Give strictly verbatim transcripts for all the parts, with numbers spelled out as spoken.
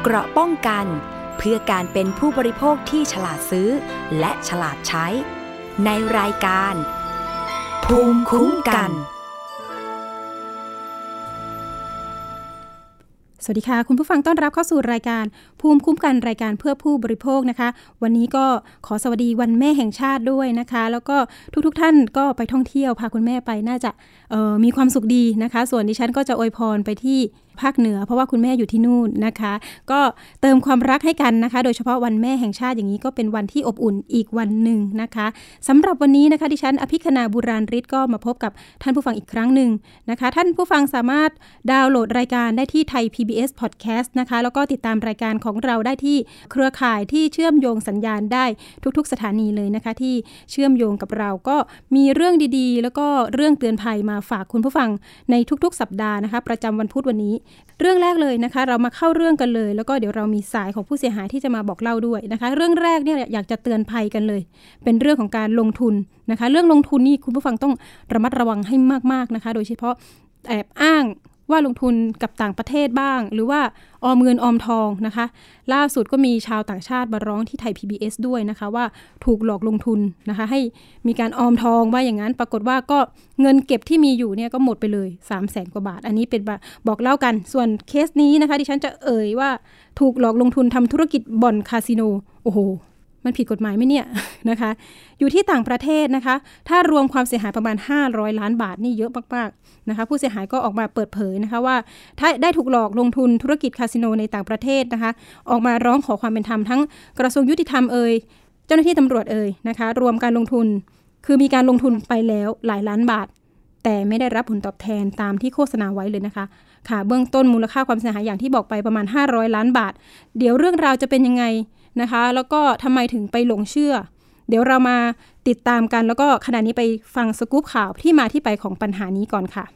เกราะป้องกันเพื่อการเป็นผู้บริโภคที่ฉลาดซื้อและฉลาดใช้ในรายการภูมิคุ้มกันสวัสดีค่ะคุณผู้ฟังต้อนรับเข้าสู่รายการภูมิคุ้มกันรายการเพื่อผู้บริโภคนะคะวันนี้ก็ขอสวัสดีวันแม่แห่งชาติด้วยนะคะแล้วก็ทุกๆ ท่านก็ไปท่องเที่ยวพาคุณแม่ไปน่าจะมีความสุขดีนะคะส่วนดิฉันก็จะอวยพรไปที่ภาคเหนือเพราะว่าคุณแม่อยู่ที่นู่นนะคะก็เติมความรักให้กันนะคะโดยเฉพาะวันแม่แห่งชาติอย่างนี้ก็เป็นวันที่อบอุ่นอีกวันหนึ่งนะคะสำหรับวันนี้นะคะดิฉันอภิคณาบุราริศก็มาพบกับท่านผู้ฟังอีกครั้งหนึ่งนะคะท่านผู้ฟังสามารถดาวน์โหลดรายการได้ที่ไทย พี บี เอส Podcast นะคะแล้วก็ติดตามรายการของเราได้ที่เครือข่ายที่เชื่อมโยงสัญญาณได้ทุกๆสถานีเลยนะคะที่เชื่อมโยงกับเราก็มีเรื่องดีๆแล้วก็เรื่องเตือนภัยมาฝากคุณผู้ฟังในทุกๆสัปดาห์นะคะประจำวันพุธวันนี้เรื่องแรกเลยนะคะเรามาเข้าเรื่องกันเลยแล้วก็เดี๋ยวเรามีสายของผู้เสียหายที่จะมาบอกเล่าด้วยนะคะเรื่องแรกเนี่ยอยากจะเตือนภัยกันเลยเป็นเรื่องของการลงทุนนะคะเรื่องลงทุนนี่คุณผู้ฟังต้องระมัดระวังให้มากๆนะคะโดยเฉพาะแอบอ้างว่าลงทุนกับต่างประเทศบ้างหรือว่าออมเงินออมทองนะคะล่าสุดก็มีชาวต่างชาติมาร้องที่ไทย พี บี เอส ด้วยนะคะว่าถูกหลอกลงทุนนะคะให้มีการออมทองว่าอย่างนั้นปรากฏว่าก็เงินเก็บที่มีอยู่เนี่ยก็หมดไปเลย สามแสน กว่าบาทอันนี้เป็นบอกเล่ากันส่วนเคสนี้นะคะดิฉันจะเอ่ยว่าถูกหลอกลงทุนทำธุรกิจบ่อนคาสิโนโอ้โหมันผิดกฎหมายไหมเนี่ยนะคะอยู่ที่ต่างประเทศนะคะถ้ารวมความเสียหายประมาณห้าร้อยล้านบาทนี่เยอะมากๆนะคะผู้เสียหายก็ออกมาเปิดเผยนะคะว่าถ้าได้ถูกหลอกลงทุนธุรกิจคาสิโนในต่างประเทศนะคะออกมาร้องขอความเป็นธรรมทั้งกระทรวงยุติธรรมเอ่ยเจ้าหน้าที่ตำรวจเอ่ยนะคะรวมการลงทุนคือมีการลงทุนไปแล้วหลายล้านบาทแต่ไม่ได้รับผลตอบแทนตามที่โฆษณาไว้เลยนะคะค่ะเบื้องต้นมูลค่าความเสียหายอย่างที่บอกไปประมาณห้าร้อยล้านบาทเดี๋ยวเรื่องราวจะเป็นยังไงนะคะแล้วก็ทำไมถึงไปหลงเชื่อเดี๋ยวเรามาติดตามกันแล้วก็ขณะนี้ไปฟังสกู๊ปข่าวที่มาที่ไปของปัญหานี้ก่อนค่ะ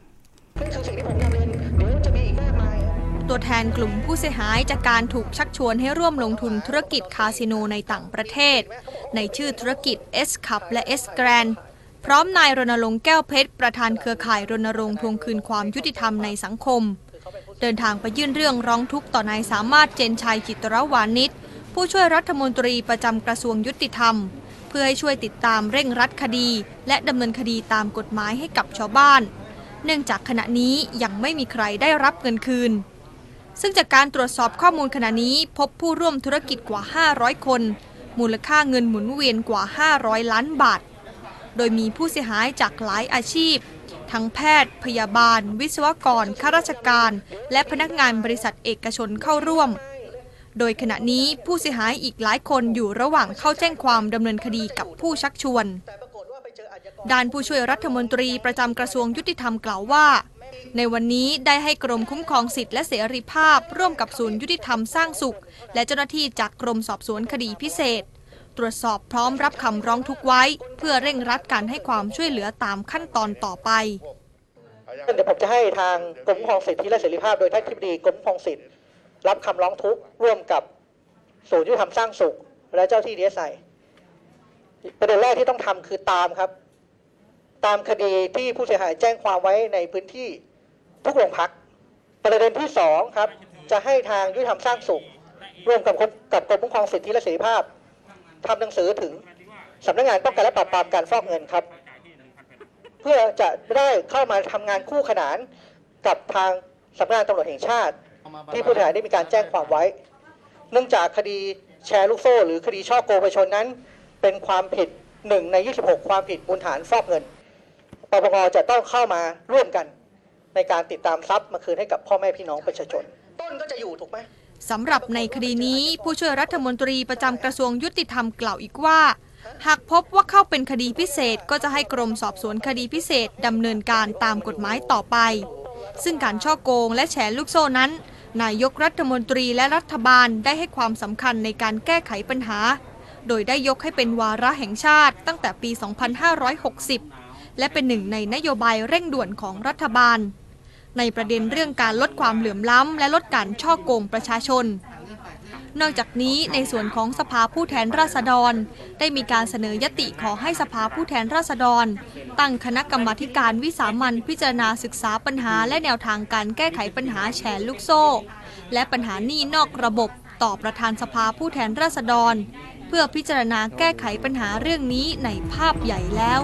ตัวแทนกลุ่มผู้เสียหายจากการถูกชักชวนให้ร่วมลงทุนธุรกิจคาสิโนในต่างประเทศในชื่อธุรกิจ S Club และ S Grand พร้อมนายรณรงค์แก้วเพชรประธานเครือข่ายรณรงค์ทวงคืนความยุติธรรมในสังคมเดินทางไปยื่นเรื่องร้องทุกข์ต่อนายสามารถเจนชัยจิตรวานิชผู้ช่วยรัฐมนตรีประจำกระทรวงยุติธรรมเพื่อให้ช่วยติดตามเร่งรัดคดีและดำเนินคดีตามกฎหมายให้กับชาวบ้านเนื่องจากขณะนี้ยังไม่มีใครได้รับเงินคืนซึ่งจากการตรวจสอบข้อมูลขณะนี้พบผู้ร่วมธุรกิจกว่าห้าร้อยคนมูลค่าเงินหมุนเวียนกว่าห้าร้อยล้านบาทโดยมีผู้เสียหายจากหลายอาชีพทั้งแพทย์พยาบาลวิศวกรข้าราชการและพนักงานบริษัทเอกชนเข้าร่วมโดยขณะนี้ผู้เสียหายอีกหลายคนอยู่ระหว่างเข้าแจ้งความดำเนินคดีกับผู้ชักชวนด้านผู้ช่วยรัฐมนตรีประจำกระทรวงยุติธรรมกล่าวว่าในวันนี้ได้ให้กรมคุ้มครองสิทธิและเสรีภาพร่วมกับศูนย์ยุติธรรมสร้างสุขและเจ้าหน้าที่จากกรมสอบสวนคดีพิเศษตรวจสอบพร้อมรับคำร้องทุกข์ไว้เพื่อเร่งรัดการให้ความช่วยเหลือตามขั้นตอนต่อไปเดี๋ยวผมจะให้ทางกรมคุ้มครองสิทธิและเสรีภาพโดยท่านอธิบดีกรมคุ้มครองสิทธิรับคำร้องทุกข์ร่วมกับศูนย์ยุติธรรมสร้างสุขและเจ้าที่ ดี เอส ไอ ประเด็นแรกที่ต้องทำคือตามครับตามคดีที่ผู้เสียหายแจ้งความไว้ในพื้นที่ทุกโรงพักประเด็นที่สองครับจะให้ทางยุติธรรมสร้างสุขร่วมกับกับกรมคุ้มครองสิทธิและเสรีภาพทำหนังสือถึงสำนักงานป้องกันและปราบปรามการฟอกเงินครับเพื่อจะได้เข้ามาทำงานคู่ขนานกับทางสำนักงานตำรวจแห่งชาติที่ผู้เสียหายได้มีการแจ้งความไว้เนื่องจากคดีแชร์ลูกโซ่หรือคดีช่อโกงประชาชนนั้นเป็นความผิดหนึ่งในยี่สิบหกความผิดมูลฐานฟอกเงินปปงจะต้องเข้ามาร่วมกันในการติดตามทรัพย์มาคืนให้กับพ่อแม่พี่น้องประชาชนต้นก็จะอยู่ถูกไหมสำหรับในคดีนี้ผู้ช่วยรัฐมนตรีประจำกระทรวงยุติธรรมกล่าวอีกว่าหากพบว่าเข้าเป็นคดีพิเศษก็จะให้กรมสอบสวนคดีพิเศษดำเนินการตามกฎหมายต่อไปซึ่งการฉ้อโกงและแฉลูกโซ่นั้นนายกรัฐมนตรีและรัฐบาลได้ให้ความสำคัญในการแก้ไขปัญหาโดยได้ยกให้เป็นวาระแห่งชาติตั้งแต่ปี สองพันห้าร้อยหกสิบ และเป็นหนึ่งในนโยบายเร่งด่วนของรัฐบาลในประเด็นเรื่องการลดความเหลื่อมล้ำและลดการฉ้อโกงประชาชนนอกจากนี้ในส่วนของสภาผู้แทนราษฎรได้มีการเสนอยติขอให้สภาผู้แทนราษฎรตั้งคณะกรรมาธิการวิสามัญพิจารณาศึกษาปัญหาและแนวทางการแก้ไขปัญหาแชร์ลูกโซ่และปัญหาหนี้นอกระบบต่อประธานสภาผู้แทนราษฎรเพื่อพิจารณาแก้ไขปัญหาเรื่องนี้ในภาพใหญ่แล้ว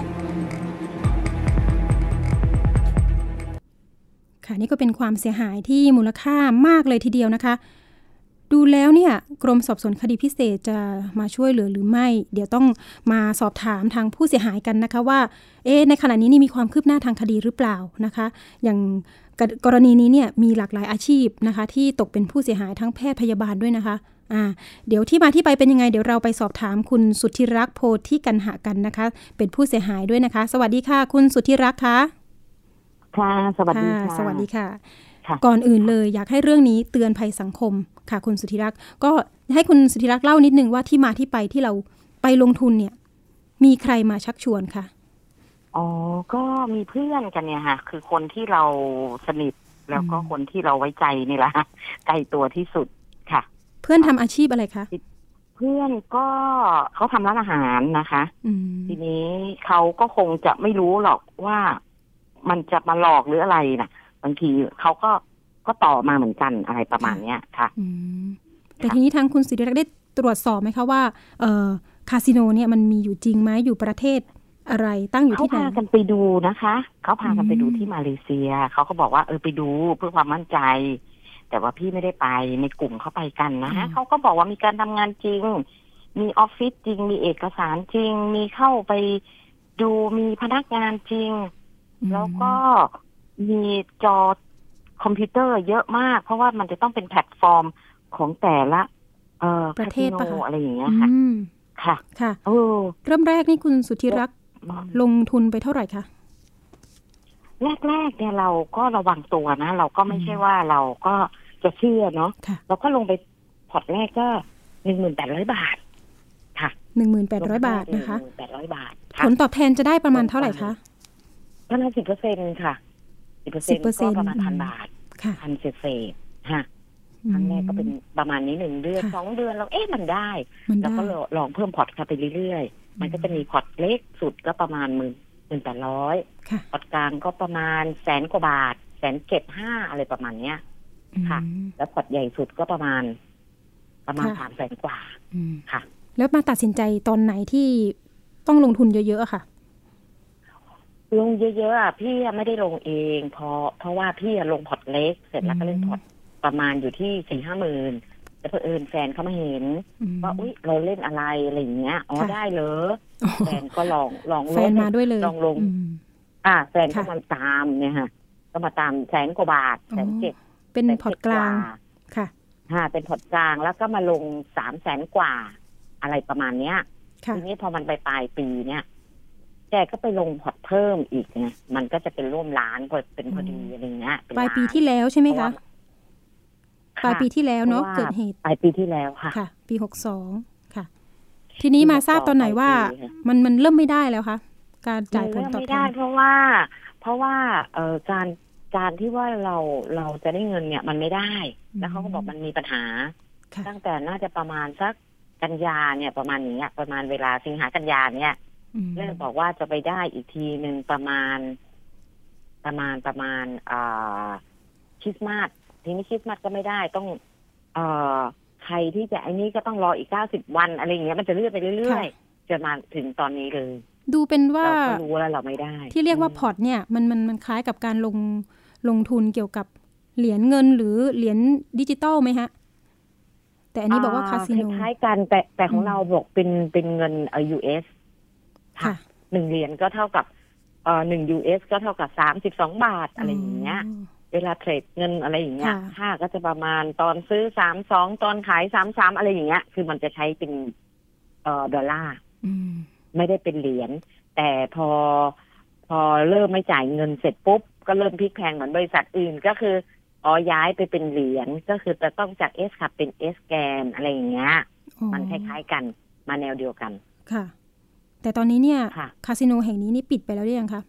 ค่ะนี่ก็เป็นความเสียหายที่มูลค่ามากเลยทีเดียวนะคะดูแล้วเนี่ยกรมสอบสวนคดีพิเศษจะมาช่วยเหลือหรือไม่เดี๋ยวต้องมาสอบถามทางผู้เสียหายกันนะคะว่าเอ๊ะในขณะนี้นี่มีความคืบหน้าทางคดีหรือเปล่านะคะอย่างกรณีนี้เนี่ยมีหลากหลายอาชีพนะคะที่ตกเป็นผู้เสียหายทั้งแพทย์พยาบาลด้วยนะคะอ่าเดี๋ยวที่มาที่ไปเป็นยังไงเดี๋ยวเราไปสอบถามคุณสุทธิรักษ์โพธิกันหกันนะคะเป็นผู้เสียหายด้วยนะคะสวัสดีค่ะคุณสุทธิรักษ์คะค่ะสวัสดีค่ะสวัสดีค่ะก่อนอื่นเลยอยากให้เรื่องนี้เตือนภัยสังคมค่ะคุณสุทธิรักษ์ก็ให้คุณสุทธิรักษ์เล่านิดนึงว่าที่มาที่ไปที่เราไปลงทุนเนี่ยมีใครมาชักชวนคะอ๋อก็มีเพื่อนกันเนี่ยค่ะคือคนที่เราสนิทแล้วก็คนที่เราไว้ใจนี่แหละใกล้ตัวที่สุดค่ะเพื่อนทำอาชีพอะไรคะเพื่อนก็เขาทำร้านอาหารนะคะทีนี้เขาก็คงจะไม่รู้หรอกว่ามันจะมาหลอกหรืออะไรนะบางทีเขาก็ก็ต่อมาเหมือนกันอะไรประมาณเนี้ยค่ะแต่ทีนี้ทางคุณสุทธิรักษ์ได้ตรวจสอบไหมคะว่าเอ่อคาสิโนเนี่ยมันมีอยู่จริงไหมอยู่ประเทศอะไรตั้งอยู่ที่ไหนเขาพากันไปดูนะคะเขาพากันไปดูที่มาเลเซียเขาก็บอกว่าเออไปดูเพื่อความมั่นใจแต่ว่าพี่ไม่ได้ไปในกลุ่มเขาไปกันนะฮะเขาก็บอกว่ามีการทำงานจริงมีออฟฟิศจริงมีเอกสารจริงมีเข้าไปดูมีพนักงานจริงแล้วก็มีจอคอมพิวเตอร์เยอะมากเพราะว่ามันจะต้องเป็นแพลตฟอร์มของแต่ละเอ่อประเทศป่ะอะไรอย่างเงี้ยค่ะค่ะค่ะเออเริ่มแรกนี่คุณสุทธิรักษ์ลงทุนไปเท่าไหร่คะแรกๆเนี่ยเราก็ระวังตัวนะเราก็ไม่ใช่ว่าเราก็จะเชื่อเนาะเราก็ลงไปพอร์ตแรกก็ หนึ่งพันแปดร้อย บาทค่ะหนึ่งพันแปดร้อย บาทนะคะหนึ่งพันแปดร้อย บาทผลตอบแทนจะได้ประมาณเท่าไหร่คะประมาณ สิบเปอร์เซ็นต์ ค่ะ สิบเปอร์เซ็นต์ ก็ประมาณ หนึ่งพัน บาทค่ะพันเศษๆค่ะครั้งแรกก็เป็นประมาณนี้หนึ่งเดือนสองเดือนเราเอ๊ะมันได้แล้วก็ลองเพิ่มพอร์ตไปเรื่อยๆมันก็จะมีพอร์ตเล็กสุดก็ประมาณหมื่นหนึ่งแปดร้อยพอร์ตกลางก็ประมาณแสนกว่าบาทแสนเจ็ดห้าอะไรประมาณเนี้ยค่ะแล้วพอร์ตใหญ่สุดก็ประมาณประมาณสามแสนกว่าค่ะแล้วมาตัดสินใจตอนไหนที่ต้องลงทุนเยอะๆค่ะลงเยอะๆอ่ะพี่ไม่ได้ลงเองเพราะเพราะว่าพี่ลงพอร์ตเล็กเสร็จแล้วก็เล่นพอร์ตประมาณอยู่ที่สี่ห้าหมื่นแต่เผอิญแฟนเขามาเห็นว่าอุ๊ยเราเล่นอะไรอะไรอย่างเงี้ยอ๋อได้เลยแฟนก็ลองลองแฟนมาด้วยเลยลองลงอ่าแฟนก็มาตามเนี่ยค่ะก็มาตามแสนกว่าบาทแสนเจ็ดเป็นพอร์ตกลางค่ะค่ะเป็นพอร์ตกลางแล้วก็มาลงสามแสนกว่าอะไรประมาณเนี้ยทีนี้พอมันไปปลายปีเนี้ยแกก็ไปลงพอร์ตเพิ่มอีกไงมันก็จะเป็นร่วมล้านพอเป็นพอดีอะไรเงี้ยปลายปีที่แล้วใช่ไหมคะปลายปีที่แล้วเนาะเกิดเหตุปลายปีที่แล้วค่ะค่ะปีหกสองค่ะทีนี้มาทราบตอนไหนว่ามันมันเริ่มไม่ได้แล้วคะการจ่ายผลตอบแทนไม่ได้เพราะว่าเพราะว่าเอ่อการการที่ว่าเราเราจะได้เงินเนี่ยมันไม่ได้แล้วเขาก็บอกมันมีปัญหาตั้งแต่น่าจะประมาณสักกันยาเนี่ยประมาณนี้ประมาณเวลาสิงหากันยาเนี่ยเริ่มบอกว่าจะไปได้อีกทีหนึ่งประมาณประมาณประมาณอ่าคริสต์มาสทีนี้คริสต์มาสก็ไม่ได้ต้องเอ่อใครที่จะไอ้นี้ก็ต้องรออีกเก้าสิบวันอะไรอย่างเงี้ยมันจะเลื่อนไปเรื่อยๆจะมาถึงตอนนี้เลยดูเป็นว่าเราก็รู้แล้วเราไม่ได้ที่เรียกว่าพอร์ตเนี่ยมันมันมันคล้ายกับการลงลงทุนเกี่ยวกับเหรียญเงินหรือเหรียญดิจิตอลไหมฮะแต่อันนี้บอกว่าคาสิโนคล้ายกันแต่แต่ของเราบอกเป็นเป็นเงินเอ่อ ยู เอส ค่ะหนึ่งเหรียญก็เท่ากับเอ่อหนึ่ง ยู เอส ก็เท่ากับสามสิบสองบาทอะไรอย่างเงี้ยเวลาเทรดเงินอะไรอย่างเงี้ยค่าก็จะประมาณตอนซื้อสามสิบสองตอนขายสามสิบสามอะไรอย่างเงี้ยคือมันจะใช้เป็นเอ่อดอลลาร์ไม่ได้เป็นเหรียญแต่พอพอเริ่มไม่จ่ายเงินเสร็จปุ๊บก็เริ่มพลิกแพงเหมือนบริษัทอื่นก็คืออ๋อย้ายไปเป็นเหรียญก็คือจะต้องจาก S ค่ะเป็น S แกนอะไรอย่างเงี้ยมันคล้ายๆกันมาแนวเดียวกันค่ะแต่ตอนนี้เนี่ยคาสิโนแห่งนี้นี่ปิดไปแล้วหรือยังคะ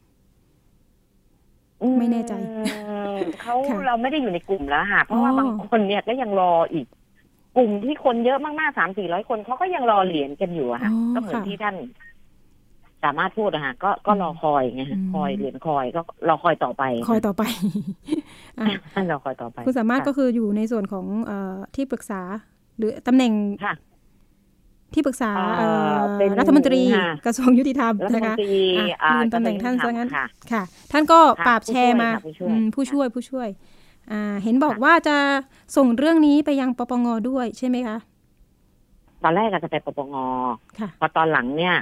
ไม่แน่ใจเขาเราไม่ได้อยู่ในกลุ่มแล้วค่ะเพราะว่าบางคนเนี่ยก็ยังรออีกกลุ่มที่คนเยอะมากๆสามสี่ร้อยคนเขาก็ยังรอเหรียญกันอยู่อะค่ะก็เหมือนที่ท่านจสามารถพูดอะฮะก็ก็รอคอยไงคอยเหรียญคอยก็รอคอยต่อไปคอยต่อไปรอคอยต่อไปคุณสามารถก็คืออยู่ในส่วนของเอ่อที่ปรึกษาหรือตำแหน่งที่ปรึกษารัฐมนตรีกระทรวงยุติธรรมนะคะลืมตำแหน่งท่านซะงั้นค่ะท่านก็ปราบแชร์มาผู้ช่วยผู้ช่วยเห็นบอกว่าจะส่งเรื่องนี้ไปยังปปงด้วยใช่ไหมคะตอนแรกจะไปปปงพอตอนหลังเนี่ย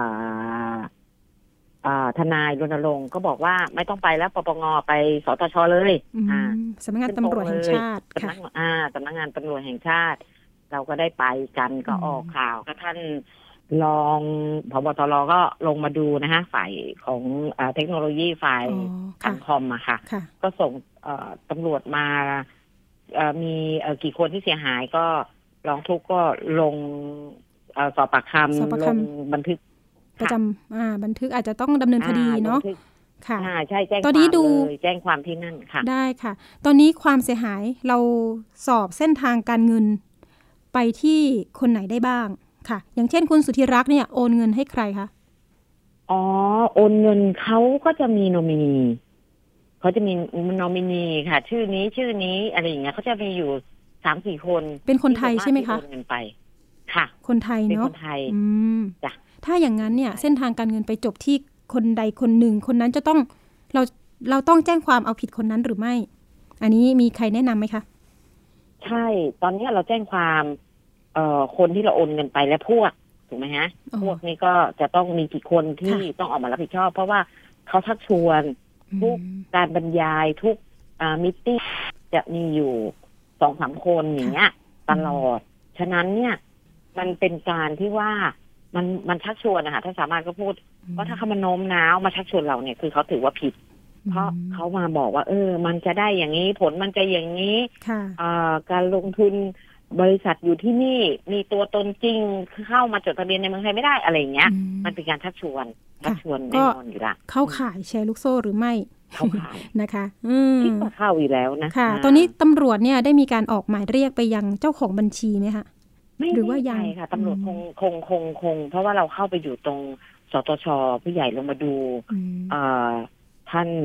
ทนายรณรงค์ก็บอกว่าไม่ต้องไปแล้วปปงไปสตชเลยสำนักงานตำรวจแห่งชาติค่ะสำนักงานตำรวจแห่งชาติเราก็ได้ไปกันก็ออกข่าวก็ท่านรองผบ.ตร.ก็ลงมาดูนะฮะฝ่ายของเทคโนโลยีฝ่ายการคอมอะค่ะก็ส่งตำรวจมามีกี่คนที่เสียหายก็ร้องทุกข์ก็ลงสอบปากคำลงบันทึกประจำบันทึกอาจจะต้องดำเนินคดีเนาะค่ะใช่แจ้งความเลยแจ้งความที่นั่นค่ะได้ค่ะตอนนี้ความเสียหายเราสอบเส้นทางการเงินไปที่คนไหนได้บ้างค่ะอย่างเช่นคุณสุธิรักษ์เนี่ยโอนเงินให้ใครคะอ๋อโอนเงินเขาก็จะมีโนมินีเขาจะมีโนมินีค่ะชื่อนี้ชื่อนี้อะไรอย่างเงี้ยเขาจะมีอยู่สามสี่คนเป็นคนไทยใช่ไหมคะโอนเงินไปค่ะคนไทยเนาะเป็นคนไทยอืมจ้ะถ้าอย่างนั้นเนี่ยเส้นทางการเงินไปจบที่คนใดคนหนึ่งคนนั้นจะต้องเราเราต้องแจ้งความเอาผิดคนนั้นหรือไม่อันนี้มีใครแนะนำไหมคะใช่ตอนนี้เราแจ้งความเอ่อคนที่เราโอนเงินไปและพวกถูกไหมฮะพวกนี้ก็จะต้องมีกี่คนที่ต้องออกมารับผิดชอบเพราะว่าเขาชักชวนทุกการบรรยายทุกอ่ามิตติ้งจะมีอยู่สองสามคนอย่างเงี้ยตลอดฉะนั้นเนี่ยมันเป็นการที่ว่ามันมันชักชวนนะคะถ้าสามารถก็พูดว่าถ้าเขามาโน้มน้าวมาชักชวนเราเนี่ยคือเขาถือว่าผิดเพราะเขามาบอกว่าเออมันจะได้อย่างนี้ผลมันจะอย่างนี้การลงทุนบริษัทอยู่ที่นี่มีตัวตนจริงเข้ามาจดทะเบียนในเมืองไทยไม่ได้อะไรอย่างเงี้ยมันเป็นการชักชวนชักชวนแน่นอนอยู่ละเข้าข่ายแชร์ลูกโซ่หรือไม่เข้าข่ายนะคะคิดว่าเข้าอยู่แล้วนะค่ะตอนนี้ตำรวจเนี่ยได้มีการออกหมายเรียกไปยังเจ้าของบัญชีไหมคะหรือว่ายังค่ะตำรวจคงคงคงคงเพราะว่าเราเข้าไปอยู่ตรงสตช.ผู้ใหญ่ลงมาดูท่าน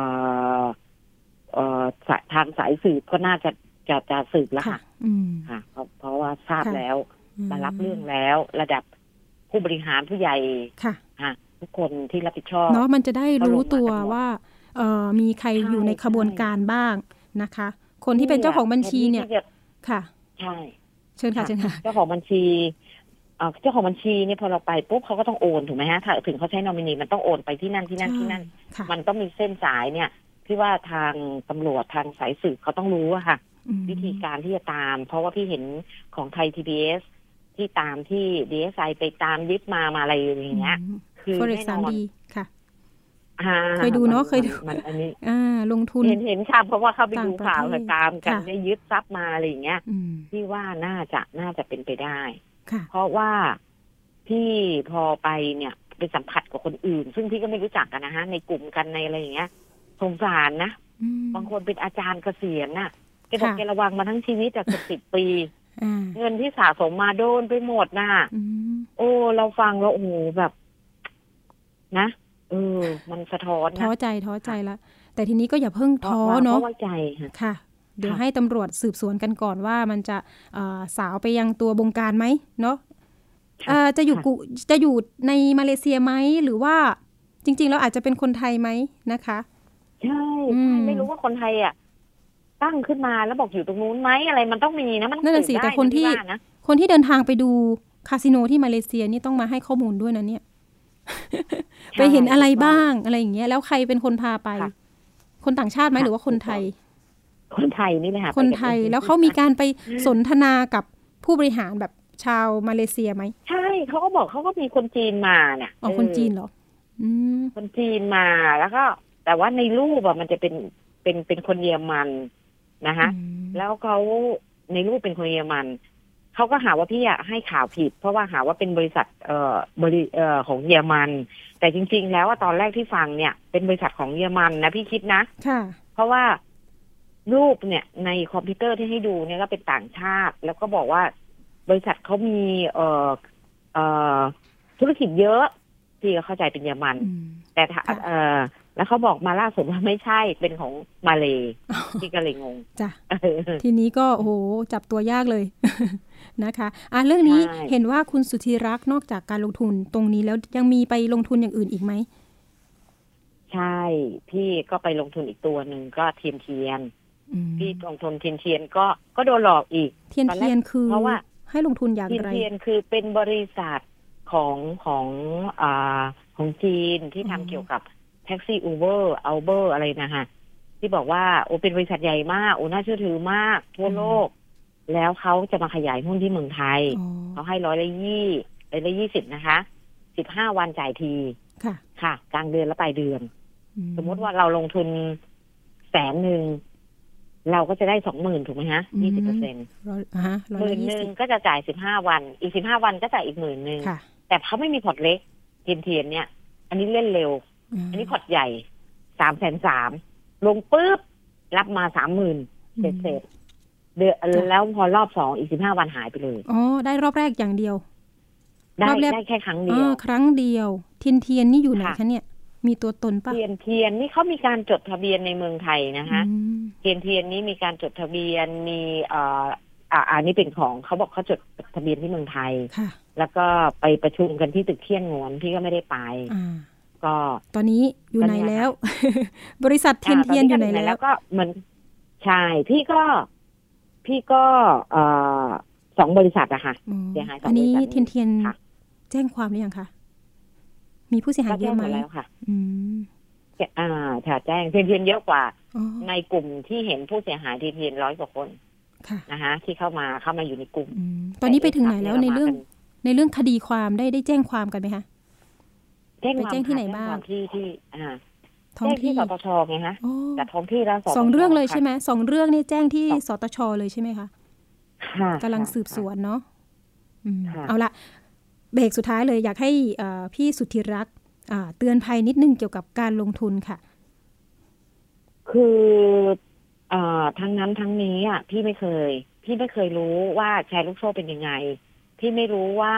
ทางสายสืบก็น่าจะจะจะสืบแล้วค่ะค่ะเพราะว่าทราบแล้วมารับเรื่องแล้วระดับผู้บริหารผู้ใหญ่ค่ะทุกคนที่รับผิดชอบเนาะมันจะได้รู้ตัวว่าเอ่อมีใครอยู่ในขบวนการบ้างนะคะคนที่เป็นเจ้าของบัญชีเนี่ยค่ะใช่เชิญค่ะเชิญค่ะเจ้าของบัญชีเจ้าของบัญชีเนี่ยพอเราไปปุ๊บเขาก็ต้องโอนถูกไหมฮะถ้าถึงเขาใช้นอมินีมันต้องโอนไปที่นั่นที่นั่นที่นั่นมันต้องมีเส้นสายเนี่ยที่ว่าทางตำรวจทางสายสืบเขาต้องรู้อะค่ะวิธีการที่จะตามเพราะว่าพี่เห็นของไทย ที บี เอส ที่ตามที่ ดี เอส ไอ ไปตามยึดมามาอะไรอย่างเงี้ยคือแน่นอนค่ะเคยดูเนาะเคยดูมันอันนี้ลงทุนเห็นเห็นค่ะเพราะว่าเข้าไปดูข่าวตามกันได้ยึดทรัพย์มาอะไรอย่างเงี้ยที่ว่าน่าจะน่าจะเป็นไปได้เพราะว่าพี่พอไปเนี่ยไปสัมผัสกับคนอื่นซึ่งพี่ก็ไม่รู้จักกันนะฮะในกลุ่มกันในอะไรอย่างเงี้ยสงสารนะบางคนเป็นอาจารย์เกษียณน่ะแกบอกแกระวังมาทั้งชีวิตจากสิบปีเงินที่สะสมมาโดนไปหมดน่ะโอ้เราฟังแล้วโอ้โหแบบนะเออมันสะท้อนท้อใจท้อใจละแต่ทีนี้ก็อย่าเพิ่งท้อเนาะใจค่ะเดี๋ยวให้ตำรวจสืบสวนกันก่อนว่ามันจะสาวไปยังตัวบงการไหมเนาะจะอยู่จะอยู่ในมาเลเซียไหมหรือว่าจริงๆแล้วอาจจะเป็นคนไทยไหมนะคะใช่ไม่รู้ว่าคนไทยอ่ะตั้งขึ้นมาแล้วบอกอยู่ตรงนู้นไหมอะไรมันต้องมีนะมันนั่นสิแต่คนที่คนที่เดินทางไปดูคาสิโนที่มาเลเซียนี่ต้องมาให้ข้อมูลด้วยนะเนี่ยไปเห็นอะไรบ้างอะไรอย่างเงี้ยแล้วใครเป็นคนพาไปคนต่างชาติไหมหรือว่าคนไทยคนไทยนี่แหละค่ะคนไทยแล้วเขามีการไปสนทนากับผู้บริหารแบบชาวมาเลเซียไหมใช่เขาก็บอกเขาก็มีคนจีนมาเนี่ยอ๋อคนจีนเหรออืมคนจีนมาแล้วก็แต่ว่าในรูปอะมันจะเป็นเป็นเป็นคนเยอรมันนะคะแล้วเขาในรูปเป็นคนเยอรมันเขาก็หาว่าพี่อะให้ข่าวผิดเพราะว่าหาว่าเป็นบริษัทเอ่อบริเอ่อของเยอรมันแต่จริงๆแล้วตอนแรกที่ฟังเนี่ยเป็นบริษัทของเยอรมันนะพี่คิดนะค่ะเพราะว่ารูปเนี่ยในคอมพิวเตอร์ที่ให้ดูเนี่ยก็เป็นต่างชาติแล้วก็บอกว่าบริษัทเขามีเอ่อเอ่อธุรกิจเยอะพี่ก็เข้าใจเป็นเยอรมันแต่เออแล้วเขาบอกมาล่าสุดว่าไม่ใช่เป็นของมาเลย์ที่ก็เลยงงจ้ะทีนี้ก็โอ้โหจับตัวยากเลยนะคะอ่ะเรื่องนี้เห็นว่าคุณสุธีรักษ์นอกจากการลงทุนตรงนี้แล้วยังมีไปลงทุนอย่างอื่นอีกไหมใช่พี่ก็ไปลงทุนอีกตัวหนึ่งก็เทียนเทียนพี่ลงทุนเทียนเทียนก็ก็โดนหลอกอีกเทียนเทียนคือเพราะว่าให้ลงทุนอย่างไรเทียนเทียนคือเป็นบริษัทของของอ่าของจีนที่ทำเกี่ยวกับแท็กซี่อูเบอร์อัลเบอร์อะไรนะฮะที่บอกว่าโอ้เป็นบริษัทใหญ่มากโอ้น่าเชื่อถือมากทั่วโลกแล้วเขาจะมาขยายหุ้นที่เมืองไทยเขาให้ร้อยละยี่ร้อยละยี่สิบนะคะสิบห้าวันจ่ายทีค่ะค่ะกลางเดือนและปลายเดือนสมมติว่าเราลงทุนแสนหนึ่งเราก็จะได้สองหมื่นถูกไหมฮะยี่สิบเปอร์เซ็นต์หมื่นหนึ่งก็จะจ่ายสิบห้าวันอีกสิบห้าวันก็จ่ายอีกหมื่นหนึ่งแต่เขาไม่มีพอร์ตเล็กเทียนเทียนเนี่ยอันนี้เล่นเร็วอันนี้พอร์ตใหญ่สามแสนสามลงปุ๊บรับมาสามหมื่นเสร็จเสร็จเดือนแล้วพอรอบสองอีกสิบห้าวันหายไปเลยอ๋อได้รอบแรกอย่างเดียวได้ได้แค่ครั้งเดียวครั้งเดียวเทียนเทียนนี่อยู่ไหนคะเนี่ยมีตัวตนปะเทียนเทียนนี่เขามีการจดทะเบียนในเมืองไทยนะคะเทียนเทียนนี้มีการจดทะเบียนมีเอ่ออ่าอันนี้เป็นของเขาบอกเขาจดทะเบียนที่เมืองไทยแล้วก็ไปประชุมกันที่ตึกเทียนงวนพี่ก็ไม่ได้ไปก็ตอนนี้อยู่ไหนแล้ว บริษัทเทียนเทียนอยู่ไหนแล้วก็เหมือนใช่พี่ก็พี่ก็เอ่อสองบริษัทอะค่ะเสียหายสองบริษัทอันนี้เทียนเทียนแจ้งความหรือยังคะมีผู้เสียหายเยอะไหมแล้วค่ะอืมอ่าค่ะแจ้งเทียนเทียนเยอะกว่าในกลุ่มที่เห็นผู้เสียหายเทียนเทียนร้อยกว่าคนนะคะที่เข้ามาเข้ามาอยู่ในกลุ่มตอนนี้ไปถึงไหนแล้วในเรื่องในเรื่องคดีความได้ได้แจ้งความกันไหมคะแจ้งแจ้งที่ไหนบ้างที่ที่อ่าท้องที่สตชไงฮะแต่ท้องที่แล้วสองเรื่องเลยใช่ไหมสองเรื่องนี่แจ้งที่สตชเลยใช่ไหมคะค่ะกำลังสืบสวนเนาะเอาละเบรกสุดท้ายเลยอยากให้พี่สุธีรักษ์เตือนภัยนิดนึงเกี่ยวกับการลงทุนค่ะคือทั้งนั้นทั้งนี้อ่ะพี่ไม่เคยพี่ไม่เคยรู้ว่าแชร์ลูกโซ่เป็นยังไงพี่ไม่รู้ว่า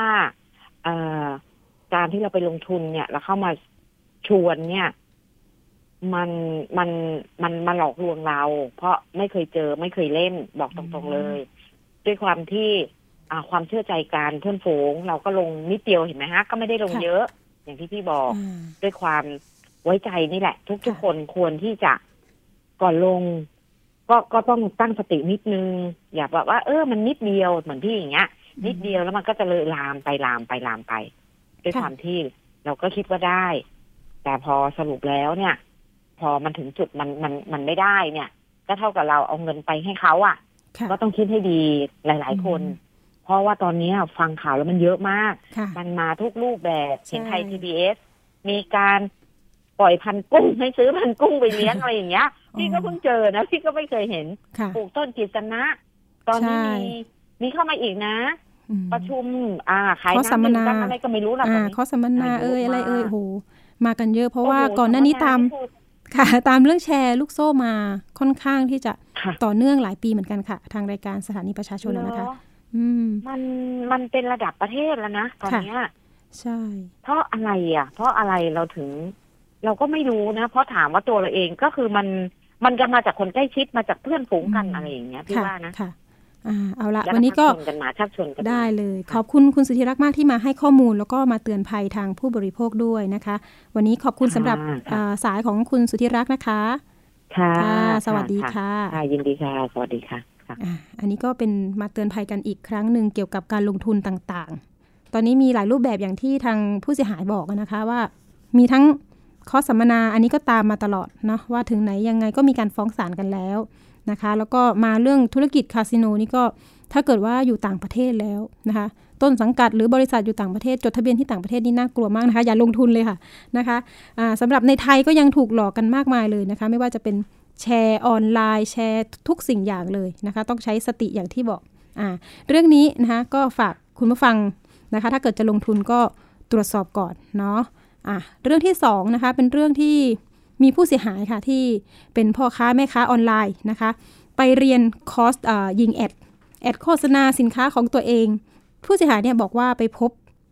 การที่เราไปลงทุนเนี่ยเราเข้ามาชวนเนี่ยมันมันมันมาหลอกลวงเราเพราะไม่เคยเจอไม่เคยเล่นบอกตรงๆเลยด้วยความที่ความเชื่อใจกันเพื่อนฝูงเราก็ลงนิดเดียวเห็นไหมฮะก็ไม่ได้ลงเยอะอย่างที่พี่บอกด้วยความไว้ใจนี่แหละทุกๆคนควรที่จะก่อนลงก็ก็ต้องตั้งสตินิดนึงอย่าแบบว่าเออมันนิดเดียวเหมือนพี่อย่างเงี้ยนิดเดียวแล้วมันก็จะเลยลามไปลามไปลามไปด้วยความที่เราก็คิดว่าได้แต่พอสรุปแล้วเนี่ยพอมันถึงจุดมันมันมันไม่ได้เนี่ยก็เท่ากับเราเอาเงินไปให้เขาอ่ะก็ต้องคิดให้ดีหลายๆคนเพราะว่าตอนนี้ฟังข่าวแล้วมันเยอะมากมันมาทุกรูปแบบเห็นไทย ที บี เอส มีการปล่อยพันกุ้งให้ซื้อพันกุ้งไปเลี้ยงอะไรอย่างเงี้ยพี่ก็เพิ่งเจอนะพี่ก็ไม่เคยเห็นปลูกต้นกิษณะตอนนี้มีมีเข้ามาอีกนะประชุมอ่าขายน้ำดื่มอะไรก็ไม่รู้หรอกอ่าข้อสัมมนาเอ่ยอะไรเอ่ยโหมากันเยอะเพราะว่าก่อนหน้านี้ตามค่ะตามเรื่องแชร์ลูกโซ่มาค่อนข้างที่จะต่อเนื่องหลายปีเหมือนกันค่ะทางรายการสถานีประชาชนนะคะอืมมันมันเป็นระดับประเทศแล้วนะตอนนี้ใช่เพราะอะไรอ่ะเพราะอะไรเราถึงเราก็ไม่รู้นะเพราะถามว่าตัวเราเองก็คือมันมันจะมาจากคนใกล้ชิดมาจากเพื่อนฝูงกันอะไรอย่างเงี้ยพี่ว่านะค่ะอ่าเอาละวันนี้ก็กันมาชักชวนกันได้เลยขอบคุณคุณสุธีรักษ์มากที่มาให้ข้อมูลแล้วก็มาเตือนภัยทางผู้บริโภคด้วยนะคะวันนี้ขอบคุณสำหรับสายของคุณสุธีรักษ์นะคะค่ะสวัสดีค่ะค่ะยินดีค่ะสวัสดีค่ะอันนี้ก็เป็นมาเตือนภัยกันอีกครั้งหนึ่งเกี่ยวกับการลงทุนต่างๆตอนนี้มีหลายรูปแบบอย่างที่ทางผู้เสียหายบอกนะคะว่ามีทั้งข้อสัมมนาอันนี้ก็ตามมาตลอดเนาะว่าถึงไหนยังไงก็มีการฟ้องศาลกันแล้วนะคะแล้วก็มาเรื่องธุรกิจคาสิโนนี่ก็ถ้าเกิดว่าอยู่ต่างประเทศแล้วนะคะต้นสังกัดหรือบริษัทอยู่ต่างประเทศจดทะเบียนที่ต่างประเทศนี่น่ากลัวมากนะคะอย่าลงทุนเลยค่ะนะคะะสำหรับในไทยก็ยังถูกหลอกกันมากมายเลยนะคะไม่ว่าจะเป็นแชร์ออนไลน์แชร์ทุกสิ่งอย่างเลยนะคะต้องใช้สติอย่างที่บอกอ่าเรื่องนี้นะคะก็ฝากคุณผู้ฟังนะคะถ้าเกิดจะลงทุนก็ตรวจสอบก่อนเนาะอ่ะเรื่องที่สองนะคะเป็นเรื่องที่มีผู้เสียหายค่ะที่เป็นพ่อค้าแม่ค้าออนไลน์นะคะไปเรียนคอร์สยิงแอดแอดโฆษณาสินค้าของตัวเองผู้เสียหายเนี่ยบอกว่าไปพบ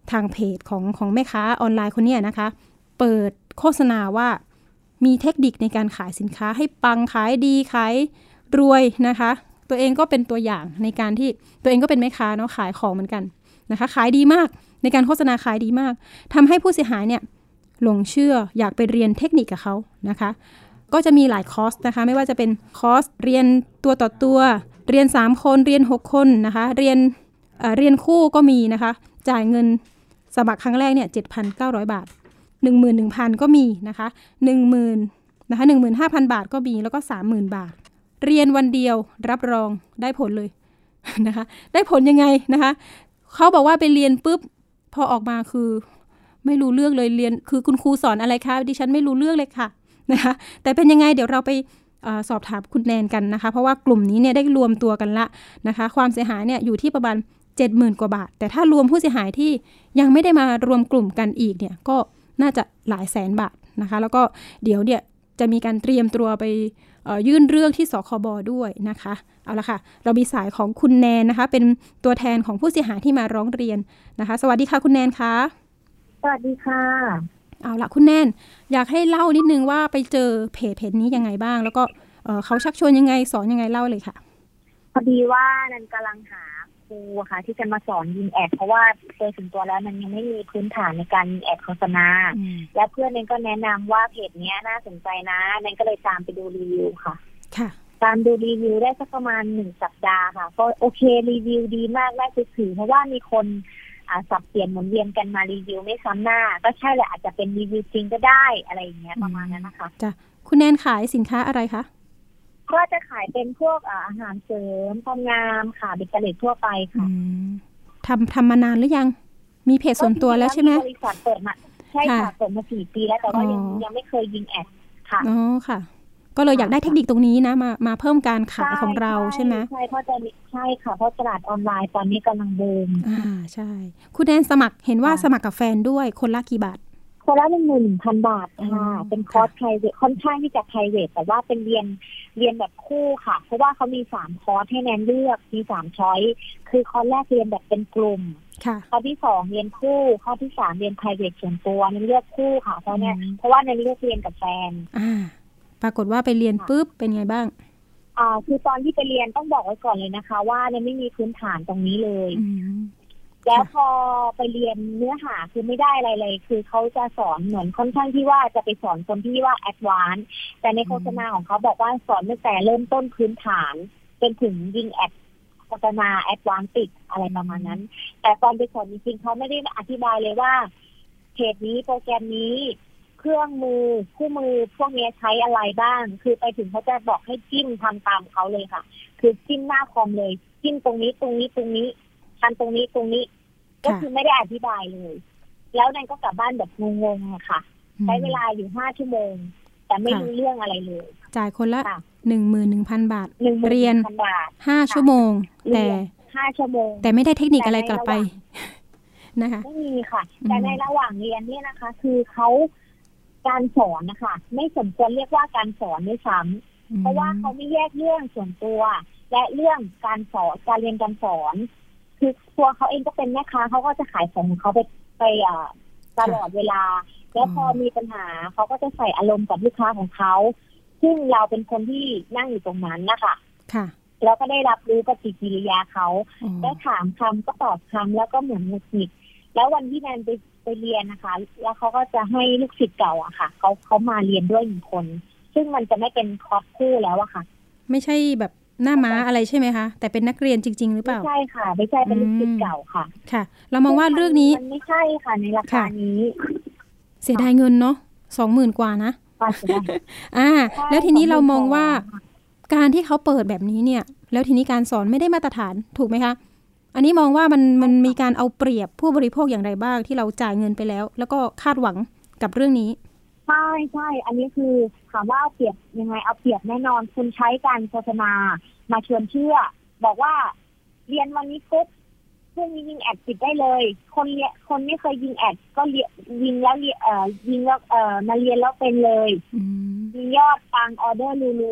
ทางเพจของของแม่ค้าออนไลน์คนนี้นะคะเปิดโฆษณาว่ามีเทคนิคในการขายสินค้าให้ปังขายดีขายรวยนะคะตัวเองก็เป็นตัวอย่างในการที่ตัวเองก็เป็นแม่ค้าเนาะขายของเหมือนกันนะคะขายดีมากในการโฆษณาขายดีมากทำให้ผู้เสียหายเนี่ยหลงเชื่ออยากไปเรียนเทคนิคกับเขานะคะก็จะมีหลายคอร์สนะคะไม่ว่าจะเป็นคอร์สเรียนตัวต่อตัวเรียนสามคนเรียนหกคนนะคะเรียนเอ่อเรียนคู่ก็มีนะคะจ่ายเงินสมัครครั้งแรกเนี่ย เจ็ดพันเก้าร้อย บาท หนึ่งหมื่นหนึ่งพัน ก็มีนะคะ หนึ่งหมื่น นะคะ หนึ่งหมื่นห้าพัน บาทก็มีแล้วก็ สามหมื่น บาทเรียนวันเดียวรับรองได้ผลเลยนะคะได้ผลยังไงนะคะเขาบอกว่าไปเรียนปุ๊บพอออกมาคือไม่รู้เรื่องเลยเรียนคือคุณครูสอนอะไรคะดิฉันไม่รู้เรื่องเลยค่ะนะคะแต่เป็นยังไงเดี๋ยวเราไปเอ่อสอบถามคุณแนนกันนะคะเพราะว่ากลุ่มนี้เนี่ยได้รวมตัวกันละนะคะความเสียหายเนี่ยอยู่ที่ประมาณ เจ็ดหมื่น กว่าบาทแต่ถ้ารวมผู้เสียหายที่ยังไม่ได้มารวมกลุ่มกันอีกเนี่ยก็น่าจะหลายแสนบาทนะคะแล้วก็เดี๋ยวเนี่ยจะมีการเตรียมตัวไปเอ่อยื่นเรื่องที่สคบด้วยนะคะเอาละค่ะเรามีสายของคุณแนนนะคะเป็นตัวแทนของผู้เสียหายที่มาร้องเรียนนะคะสวัสดีค่ะคุณแนนคะสวัสดีค่ะเอาละคุณแนนอยากให้เล่านิดนึงว่าไปเจอเพจเพจนี้ยังไงบ้างแล้วก็เอ่อเขาชักชวนยังไงสอนยังไงเล่าเลยค่ะพอดีว่านันกำลังหาครูค่ะที่จะมาสอนยิงแอดเพราะว่าโดยส่วนตัวแล้วมันยังไม่มีพื้นฐานในการยิงแอดโฆษณาและเพื่อนนันก็แนะนำว่าเพจนี้น่าสนใจนะนันก็เลยตามไปดูรีวิวค่ะค่ะตามดูรีวิวได้สักประมาณหนึ่งสัปดาห์ค่ะก็โอเครีวิวดีมากน่าเชื่อถือเพราะว่ามีคนอ่าสับเปลี่ยนหมุนเวียนกันมารีวิวไม่ซ้ำหน้าก็ใช่แหละอาจจะเป็นรีวิวจริงก็ได้อะไรอย่างเงี้ยประมาณนั้นนะคะจ้ะคุณแนนขายสินค้าอะไรคะก็จะขายเป็นพวกอาหารเสริมความงามค่ะเบเกอรี่ทั่วไปค่ะทำทำมานานหรือยังมีเพจส่วนตัวแล้วใช่ไหมบริษัทเปิดมาใช่ค่ะเปิดมาสี่ปีแล้วแต่ว่ายังยังไม่เคยยิงแอดค่ะอ๋อค่ะก็เลยอยากได้เทคนิคตรงนี้นะมามาเพิ่มการขายของเราใช่ไหมใช่เพราะจะใช่ค่ะเพราะตลาดออนไลน์ตอนนี้กำลังบูมอ่าใช่คุณแนนสมัครเห็นว่าสมัครกับแฟนด้วยคนละกี่บาทคนละหนึ่งหมื่นหนึ่งพันบาทค่ะเป็นคอร์สไพรเวทค่อนข้างที่จะไพรเวทแต่ว่าเป็นเรียนเรียนแบบคู่ค่ะเพราะว่าเขามีสามคอร์สให้แนนเลือกมีสามช้อยคือคอร์สแรกเรียนแบบเป็นกลุ่มข้อที่สองเรียนคู่ข้อที่สามเรียนไพรเวทส่วนตัวแนนเลือกคู่ค่ะเพราะเนี้ยเพราะว่าแนนเลือกเรียนกับแฟนอ่าปรากฏว่าไปเรียนปุ๊บเป็นไงบ้างอ่าคือตอนที่ไปเรียนต้องบอกไว้ก่อนเลยนะคะว่าแนนไม่มีพื้นฐานตรงนี้เลยแล้วพอไปเรียนเนื้อหาคือไม่ได้อะไรเลยคือเขาจะสอนเหมือนค่อนข้างที่ว่าจะไปสอนคนที่ว่าแอดวานซ์แต่ในโฆษณาของเขาบอกว่าสอนตั้งแต่เริ่มต้นพื้นฐานจนถึงยิงแอดโฆษณาแอดวานซ์ติดอะไรประมาณนั้นแต่ตอนไปสอนจริงๆเขาไม่ได้อธิบายเลยว่าเพจนี้โปรแกรมนี้เครื่องมือคู่มือพวกนี้ใช้อะไรบ้างคือไปถึงเขาจะบอกให้จิ้มทำตามเขาเลยค่ะคือจิ้มหน้าคอมเลยจิ้มตรงนี้ตรงนี้ตรงนี้ทำตรงนี้ตรงนี้ก็คือไม่ได้อธิบายเลยแล้วนั่นก็กลับบ้านแบบงงๆค่ะใช้เวลาอยู่ห้าชั่วโมงแต่ไม่รู้เรื่องอะไรเลยจ่ายคนละหนึ่งหมื่นหนึ่งพันบาทเรียนห้าชั่วโมงแต่ห้าชั่วโมงแต่ไม่ได้เทคนิคอะไรกลับไปนะคะไม่มีค่ะแต่ในระหว่างเรียนเนี่ยนะคะคือเขาการสอนนะคะไม่สมควรเรียกว่าการสอนด้วยซ้ำเพราะว่าเขาไม่แยกเรื่องส่วนตัวและเรื่องการสอนการเรียนการสอนคือตัวเขาเองก็เป็นแม่ค้าเขาก็จะขายของของเขาไปไปอ่าตลอดเวลาแล้วพอมีปัญหาเขาก็จะใส่อารมณ์กับลูกค้าของเขาซึ่งเราเป็นคนที่นั่งอยู่ตรงนั้นนะคะค่ะแล้วก็ได้รับรู้ปฏิกิริยาเขาได้ถามคำก็ตอบคำแล้วก็เหมือนหงุดหงิดแล้ววันที่แนนไปไปเรียนนะคะแล้วเขาก็จะให้ลูกศิษย์เก่าอะค่ะเขาเขามาเรียนด้วยหนึ่งคนซึ่งมันจะไม่เป็นคอร์สคู่แล้วอะค่ะไม่ใช่แบบหน้าม้าอะไรใช่ไหมคะแต่เป็นนักเรียนจริงๆหรือเปล่าไม่ใช่ค่ะไม่ใช่เป็นลูกศิษย์เก่าค่ะค่ะเรามองว่าเรื่องนี้มันไม่ใช่ค่ะในราคานี้เสียดายเงินเนาะสองหมื่นกว่านะอ่าแล้วทีนี้เรามองว่าการที่เขาเปิดแบบนี้เนี่ยแล้วทีนี้การสอนไม่ได้มาตรฐานถูกไหมคะอันนี้มองว่ามันมันมีการเอาเปรียบผู้บริโภคอย่างไรบ้างที่เราจ่ายเงินไปแล้วแล้วก็คาดหวังกับเรื่องนี้ใช่ใช่อันนี้คือถามว่าเอาเปรียบยังไงเอาเปรียบแน่นอนคุณใช้การโฆษณามาชวนเชื่อบอกว่าเรียนวันนี้ปุ๊บพรุ่งนี้ยิงแอดติดได้เลยคนเรียนคนไม่เคยยิงแอดก็เรียยิงแล้วเรียเอ่อยิงแล้วเอ่อมาเรียนแล้วเป็นเลยมียอดปังออเดอร์รัวๆ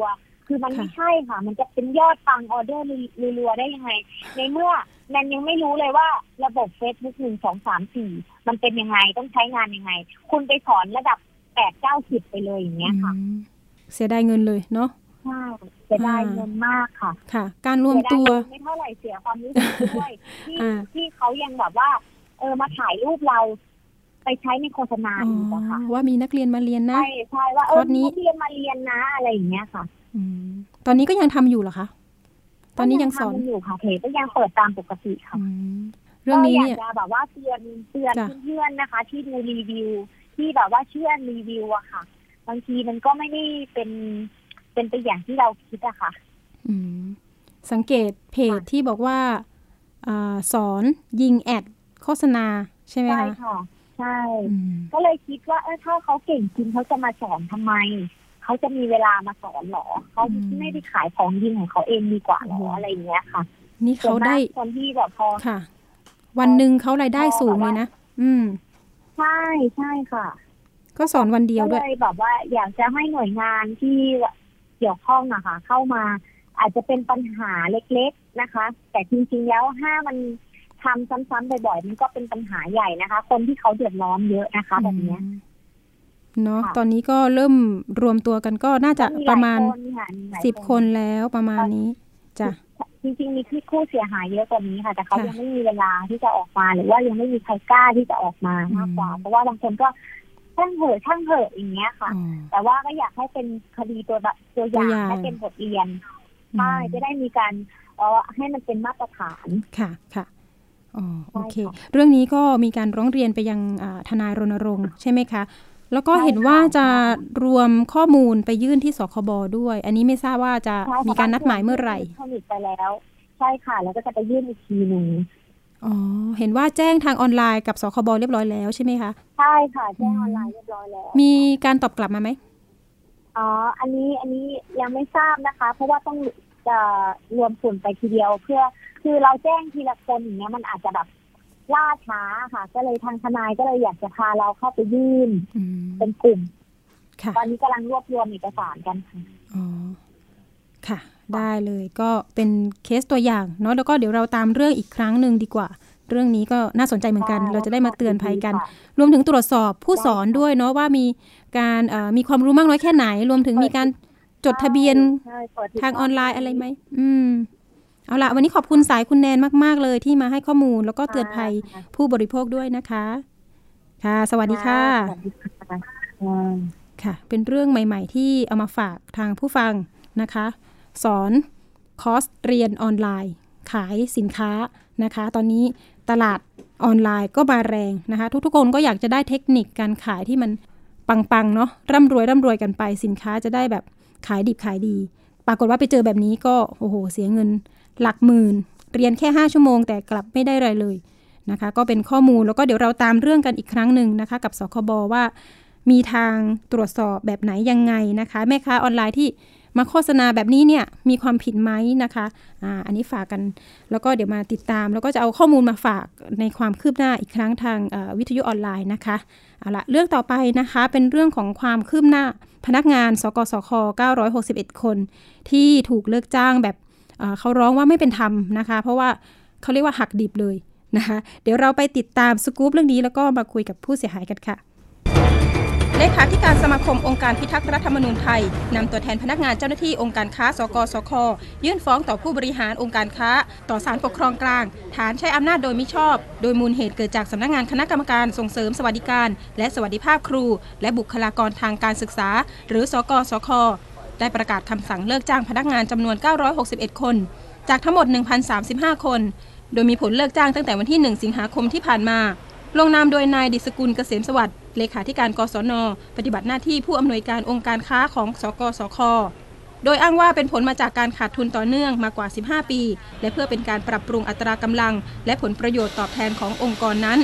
คือมันไม่ใช่ค่ะมันจะเป็นยอดฟังออเดอร์รัวๆได้ยังไงในเมื่อแนนยังไม่รู้เลยว่าระบบ Facebook หนึ่ง สอง สาม สี่มันเป็นยังไงต้องใช้งานยังไงคุณไปสอนระดับแปด เก้า สิบไปเลยอย่างเงี้ยค่ะเสียดายเงินเลยเนาะใช่เสียดายเงินมากค่ะค่ะการรวมตัวไม่เท่าไหร่เสียความรู้สึกด้วยที่ที่เขายังแบบว่าเออมาถ่ายรูปเราไปใช้ในโฆษณาอีกอะค่ะว่ามีนักเรียนมาเรียนนะใช่ใช่ว่าเออมีนักเรียนมาเรียนนะอะไรอย่างเงี้ยค่ะตอนนี้ก็ยังทำอยู่เหรอคะตอนนี้ยังสอนอยู่ค่ะเพจก็ยังเปิดตามปกติค่ะเรื่องนี้เนี่ยอยากจะแบบว่าเตือนเตือนเพื่อนๆนะคะที่ดูรีวิวที่แบบว่าเชื่อรีวิวอะค่ะบางทีมันก็ไม่ได้เป็นเป็นไปอย่างที่เราคิดอะค่ะสังเกตเพจที่บอกว่าสอนยิงแอดโฆษณาใช่ไหมคะใช่ค่ะใช่ก็เลยคิดว่าเออถ้าเขาเก่งจริงเขาจะมาสอนทำไมเขาจะมีเวลามาสอนหรอเขาไม่ได้ขายของยิงของเขาเองดีกว่าหรออะไรอย่างเงี้ยค่ะนี่เขาได้คนที่แบบพอค่ะวันหนึ่งเขารายได้สูงเลยนะอืมใช่ใช่ค่ะก็สอนวันเดียวด้วยก็เลยแบบว่าอยากจะให้หน่วยงานที่เกี่ยวข้องอะค่ะเข้ามาอาจจะเป็นปัญหาเล็กๆนะคะแต่จริงๆแล้วถ้ามันทำซ้ำๆบ่อยๆมันก็เป็นปัญหาใหญ่นะคะคนที่เขาเดือดร้อนเยอะนะคะแบบนี้เนาะตอนนี้ก็เริ่มรวมตัวกันก็น่าจะประมาณสิบคนแล้วประมาณนี้จ้ะจริงๆมีที่คู่เสียหายเยอะกว่านี้ค่ะแต่เขายังไม่มีเวลาที่จะออกมาหรือว่ายังไม่มีใครกล้าที่จะออกมามากกว่าเพราะว่าบางคนก็ช่างเหอะช่างเหอะอย่างเงี้ยค่ะแต่ว่าก็อยากให้เป็นคดีตัวตัวอย่างให้เป็นบทเรียนใช่จะได้มีการเอ่อให้มันเป็นมาตรฐานค่ะค่ะอ๋อโอเคเรื่องนี้ก็มีการร้องเรียนไปยังทนายรณรงค์ใช่ไหมคะแล้วก็เห็นว่าจะรวมข้อมูลไปยื่นที่สคบด้วยอันนี้ไม่ทราบว่าจะมีการนัดหมายเมื่อไหร่ผลิตไปแล้วใช่ค่ะแล้วก็จะไปยื่นอีกทีนึงอ๋อเห็นว่าแจ้งทางออนไลน์กับสคบเรียบร้อยแล้วใช่ไหมคะใช่ค่ะแจ้งออนไลน์เรียบร้อยแล้วมีการตอบกลับมาไหมอ๋ออันนี้อันนี้ยังไม่ทราบนะคะเพราะว่าต้องจะรวมกลุ่มไปทีเดียวเพื่อคือเราแจ้งทีละคนอย่างเงี้ยมันอาจจะแบบล่าช้าค่ะก็เลยทางทนายก็เลยอยากจะพาเราเข้าไปยื่นเป็นกลุ่มตอนนี้กำลังรวบรวมเอกสารกันค่ะอ๋อค่ะได้เลยก็เป็นเคสตัวอย่างเนาะแล้วก็เดี๋ยวเราตามเรื่องอีกครั้งหนึ่งดีกว่าเรื่องนี้ก็น่าสนใจเหมือนกันเราจะได้มาเตือนภัยกันรวมถึงตรวจสอบผู้สอนด้วยเนาะว่ามีการมีความรู้มากน้อยแค่ไหนรวมถึงมีการจดทะเบียนทางออนไลน์อะไรไหมอืมเอาล่ะวันนี้ขอบคุณสายคุณแนนมากๆเลยที่มาให้ข้อมูลแล้วก็เตือนภัยผู้บริโภคด้วยนะคะค่ะสวัสดีค่ะค่ะเป็นเรื่องใหม่ๆที่เอามาฝากทางผู้ฟังนะคะสอนคอร์สเรียนออนไลน์ขายสินค้านะคะตอนนี้ตลาดออนไลน์ก็มาแรงนะคะทุกๆคนก็อยากจะได้เทคนิคการขายที่มันปังๆเนาะร่ำรวยร่ำรวยกันไปสินค้าจะได้แบบขายดิบขายดีปรากฏว่าไปเจอแบบนี้ก็โอ้โหเสียเงินหลักหมื่นเรียนแค่ห้าชั่วโมงแต่กลับไม่ได้อะไรเลยนะคะก็เป็นข้อมูลแล้วก็เดี๋ยวเราตามเรื่องกันอีกครั้งหนึ่งนะคะกับสคบว่ามีทางตรวจสอบแบบไหนยังไงนะคะแม่ค้าออนไลน์ที่มาโฆษณาแบบนี้เนี่ยมีความผิดไหมนะคะอ่าอันนี้ฝากกันแล้วก็เดี๋ยวมาติดตามแล้วก็จะเอาข้อมูลมาฝากในความคืบหน้าอีกครั้งทางวิทยุออนไลน์นะคะเอาละเรื่องต่อไปนะคะเป็นเรื่องของความคืบหน้าพนักงานสกสคเก้าร้อยหกสิบเอ็ดคนที่ถูกเลิกจ้างแบบเขาร้องว่าไม่เป็นธรรมนะคะเพราะว่าเขาเรียกว่าหักดิบเลยนะคะเดี๋ยวเราไปติดตามสกู๊ปเรื่องนี้แล้วก็มาคุยกับผู้เสียหายกันค่ะเลขาธิการสมาคมองค์การพิทักษ์รัฐธรรมนูญไทยนำตัวแทนพนักงานเจ้าหน้าที่องค์การค้าสกสคยื่นฟ้องต่อผู้บริหารองค์การค้าต่อศาลปกครองกลางฐานใช้อำนาจโดยมิชอบโดยมูลเหตุเกิดจากสำนักงานคณะกรรมการส่งเสริมสวัสดิการและสวัสดิภาพครูและบุคลากรทางการศึกษาหรือสกสคได้ประกาศคำสั่งเลิกจ้างพนักงานจำนวนเก้าร้อยหกสิบเอ็ดคนจากทั้งหมด หนึ่งพันสามสิบห้า คนโดยมีผลเลิกจ้างตั้งแต่วันที่หนึ่งสิงหาคมที่ผ่านมาลงนามโดยนายดิษกุลเกษมสวัสดิ์เลขาธิการกสน.ปฏิบัติหน้าที่ผู้อำนวยการองค์การค้าของสกสคโดยอ้างว่าเป็นผลมาจากการขาดทุนต่อเนื่องมากว่าสิบห้าปีและเพื่อเป็นการปรับปรุงอัตรากำลังและผลประโยชน์ตอบแทนขององค์กรนั้น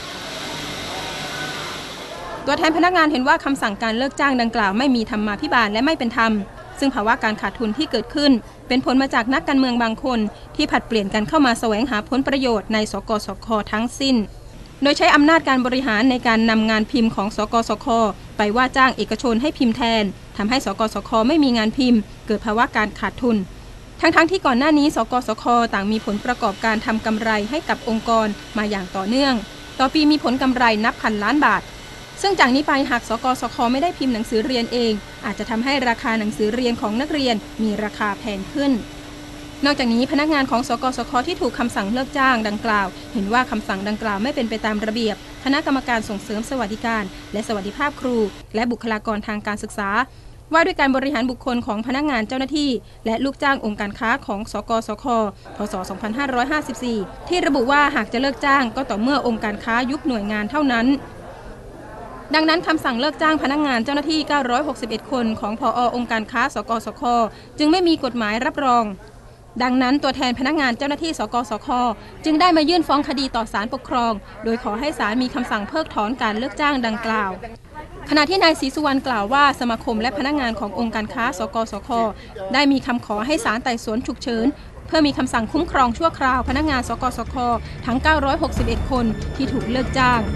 ตัวแทนพนักงานเห็นว่าคำสั่งการเลิกจ้างดังกล่าวไม่มีธรรมาภิบาลและไม่เป็นธรรมซึ่งภาวะการขาดทุนที่เกิดขึ้นเป็นผลมาจากนักการเมืองบางคนที่ผัดเปลี่ยนกันเข้ามาแสวงหาผลประโยชน์ในสกสคทั้งสิ้นโดยใช้อำนาจการบริหารในการนำงานพิมพ์ของสกสคไปว่าจ้างเอกชนให้พิมพ์แทนทำให้สกสคไม่มีงานพิมพ์เกิดภาวะการขาดทุนทั้งๆ ท, ที่ก่อนหน้านี้สกสคต่างมีผลประกอบการทำกำไรให้กับองค์กรมาอย่างต่อเนื่องต่อปีมีผลกำไรนับพันล้านบาทซึ่งจากนี้ไปหากสกสคไม่ได้พิมพ์หนังสือเรียนเองอาจจะทำให้ราคาหนังสือเรียนของนักเรียนมีราคาแพงขึ้นนอกจากนี้พนักงานของสกสคที่ถูกคำสั่งเลิกจ้างดังกล่าวเห็นว่าคำสั่งดังกล่าวไม่เป็นไปตามระเบียบคณะกรรมการส่งเสริมสวัสดิการและสวัสดิภาพครูและบุคลากรทางการศึกษาว่าด้วยการบริหารบุคคลของพนักงานเจ้าหน้าที่และลูกจ้างองค์การค้าของสกสคพ.ศ. สองพันห้าร้อยห้าสิบสี่ที่ระบุว่าหากจะเลิกจ้างก็ต่อเมื่อองค์การค้ายุบหน่วยงานเท่านั้นดังนั้นคำสั่งเลิกจ้างพนักงานเจ้าหน้าที่เก้าร้อยหกสิบเอ็ดคนของผอ.องค์การค้าสกสคจึงไม่มีกฎหมายรับรองดังนั้นตัวแทนพนักงานเจ้าหน้าที่สกสคจึงได้มายื่นฟ้องคดีต่อศาลปกครองโดยขอให้ศาลมีคำสั่งเพิกถอนการเลิกจ้างดังกล่าวขณะที่นายศรีสุวรรณกล่าวว่าสมาคมและพนักงานขององค์การค้าสกสคได้มีคำขอให้ศาลไต่สวนฉุกเฉินเพื่อมีคำสั่งคุ้มครองชั่วคราวพนักงานสกสคทั้งเก้าร้อยหกสิบเอ็ดคนที่ถูกเลิกจ้าง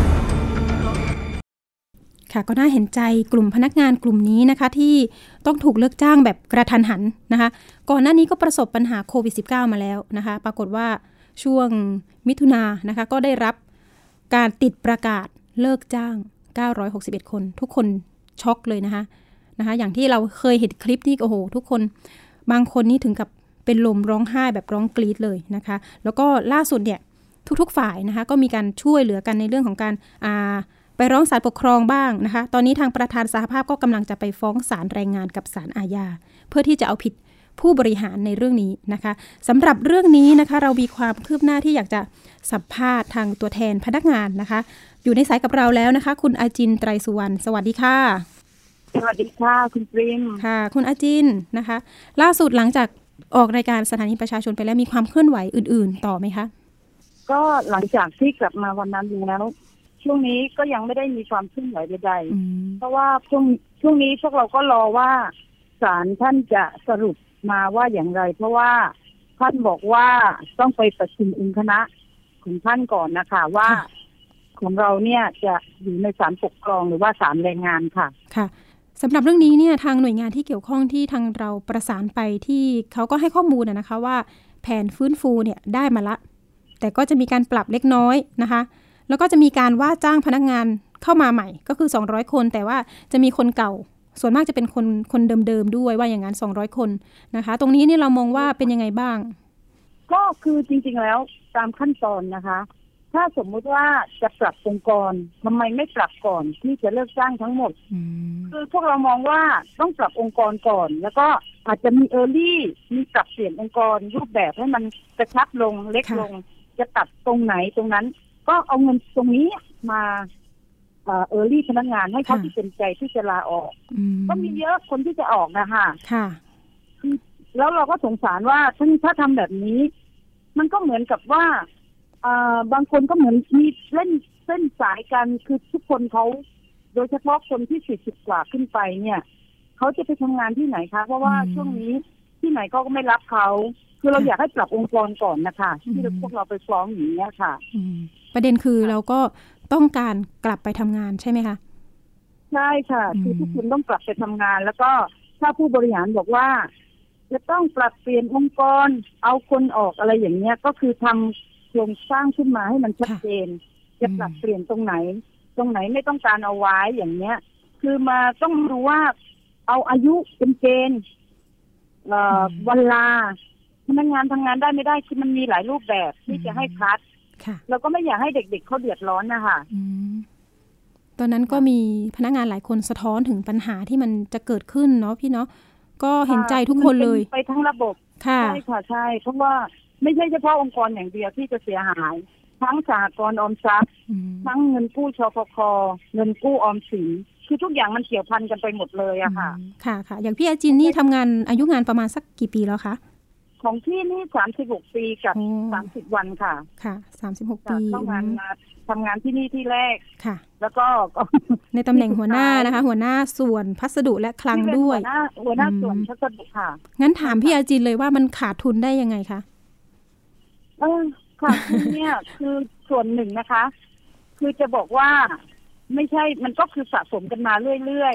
ค่ะก็น่าเห็นใจกลุ่มพนักงานกลุ่มนี้นะคะที่ต้องถูกเลิกจ้างแบบกระทันหันนะคะก่อนหน้านี้ก็ประสบปัญหาโควิด สิบเก้า มาแล้วนะคะปรากฏว่าช่วงมิถุนายนนะคะก็ได้รับการติดประกาศเลิกจ้างเก้าร้อยหกสิบเอ็ดคนทุกคนช็อกเลยนะคะนะคะอย่างที่เราเคยเห็นคลิปที่โอ้โหทุกคนบางคนนี่ถึงกับเป็นลมร้องไห้แบบร้องกรี๊ดเลยนะคะแล้วก็ล่าสุดเนี่ยทุกๆฝ่ายนะคะก็มีการช่วยเหลือกันในเรื่องของการอ่าไปร้องศาลปกครองบ้างนะคะตอนนี้ทางประธานสหภาพก็กำลังจะไปฟ้องศาลแรงงานกับศาลอาญาเพื่อที่จะเอาผิดผู้บริหารในเรื่องนี้นะคะสำหรับเรื่องนี้นะคะเรามีความคืบหน้าที่อยากจะสัมภาษณ์ทางตัวแทนพนักงานนะคะอยู่ในสายกับเราแล้วนะคะคุณอาจินไตรสุวรรณสวัสดีค่ะสวัสดีค่ะคุณปริมค่ะคุณอาจินนะคะล่าสุดหลังจากออกรายการสถานีประชาชนไปแล้วมีความเคลื่อนไหวอื่นๆต่อไหมคะก็หลังจากที่กลับมาวันนั้นแล้วช่วงนี้ก็ยังไม่ได้มีความเคลื่อนไหวใดๆเพราะว่าช่วงช่วงนี้พวกเราก็รอว่าศาลท่านจะสรุปมาว่าอย่างไรเพราะว่าท่านบอกว่าต้องไปประชุมองค์คณะของท่านก่อนนะคะว่าของเราเนี่ยจะอยู่ในศาลปกครองหรือว่าศาลแรงงานค่ะค่ะสำหรับเรื่องนี้เนี่ยทางหน่วยงานที่เกี่ยวข้องที่ทางเราประสานไปที่เขาก็ให้ข้อมูลนะคะว่าแผนฟื้นฟูเนี่ยได้มาละแต่ก็จะมีการปรับเล็กน้อยนะคะแล้วก็จะมีการว่าจ้างพนักงานเข้ามาใหม่ก็คือสองร้อยคนแต่ว่าจะมีคนเก่าส่วนมากจะเป็นคนคนเดิมๆด้วยว่าอย่างนั้นสองร้อยคนนะคะตรงนี้นี่เรามองว่าเป็นยังไงบ้างก็คือจริงๆแล้วตามขั้นตอนนะคะถ้าสมมุติว่าจะปรับองค์กรทำไมไม่ปรับก่อนที่จะเลิกจ้างทั้งหมดคือพวกเรามองว่าต้องปรับองค์กรก่อนแล้วก็อาจจะมีเออร์ลี่มีปรับเปลี่ยนองค์กรรูปแบบให้มันกระชับลงเล็กลงจะตัดตรงไหนตรงนั้นก็เอาเงินตรงนี้มาเอ่อเออร์ลี่พนักงานให้เขาที่เป็นใจที่จะลาออกก็มีเยอะคนที่จะออกนะคะค่ะแล้วเราก็สงสารว่าถ้าถ้าทำแบบนี้มันก็เหมือนกับว่าอ่าบางคนก็เหมือนมีเล่นเส้นสายกันคือทุกคนเขาโดยเฉพาะคนที่สี่สิบกว่าขึ้นไปเนี่ยเขาจะไปทำงานที่ไหนคะเพราะว่าช่วงนี้ที่ไหนก็ไม่รับเขาคือเราอยากให้ปรับองค์กรก่อนนะคะที่พวกเราไปฟ้องอย่างนี้ค่ะประเด็นคือเราก็ต้องการกลับไปทำงานใช่ไหมคะใช่ค่ะคือทุกคนต้องกลับไปทำงานแล้วก็ถ้าผู้บริหารบอกว่าจะต้องปรับเปลี่ยนองค์กรเอาคนออกอะไรอย่างเงี้ยก็คือทำโครงสร้างขึ้นมาให้มันชัดเจนจะปรับเปลี่ยนตรงไหนตรงไหนไม่ต้องการเอาไว้อย่างเงี้ยคือมาต้องรู้ว่าเอาอายุเป็นเกณฑ์วันลาพนักงานทำงานได้ไม่ได้คือมันมีหลายรูปแบบที่จะให้คัดเราก็ไม่อยากให้เด็กๆ เ, เขาเดือดร้อนนะคะตอนนั้นก็มีพนักงานหลายคนสะท้อนถึงปัญหาที่มันจะเกิดขึ้นเนาะพี่เนาะก็เห็นใจทุกคนเลยไปทั้งระบบใช่ค่ะใช่เพราะว่าไม่ใช่เฉพาะองค์กรอย่างเดียวที่จะเสียหายทั้งสหกรณ์ออมทรัพย์ทั้งเงินกู้ชพคเงินกู้ออมสินคือทุกอย่างมันเกี่ยวพันกันไปหมดเลยอะค่ะค่ะค่ะอย่างพี่อาจินนี่ทำงานอายุงานประมาณสักกี่ปีแล้วคะของพี่นี่สามสิบหกปีกับสามสิบวันค่ะค่ะสามสิบหกปีทำงานทำงานที่นี่ที่แรกค่ะแล้วก็ในตำแหน่งหัวหน้านะคะหัวหน้าส่วนพัสดุและคลังด้วยหัวหน้าหัวหน้าส่วนพัสดุค่ะงั้นถามพี่อาจินเลยว่ามันขาดทุนได้ยังไงคะเออขาดทุนเนี่ยคือส่วนหนึ่งนะคะคือจะบอกว่าไม่ใช่มันก็คือสะสมกันมาเรื่อยๆ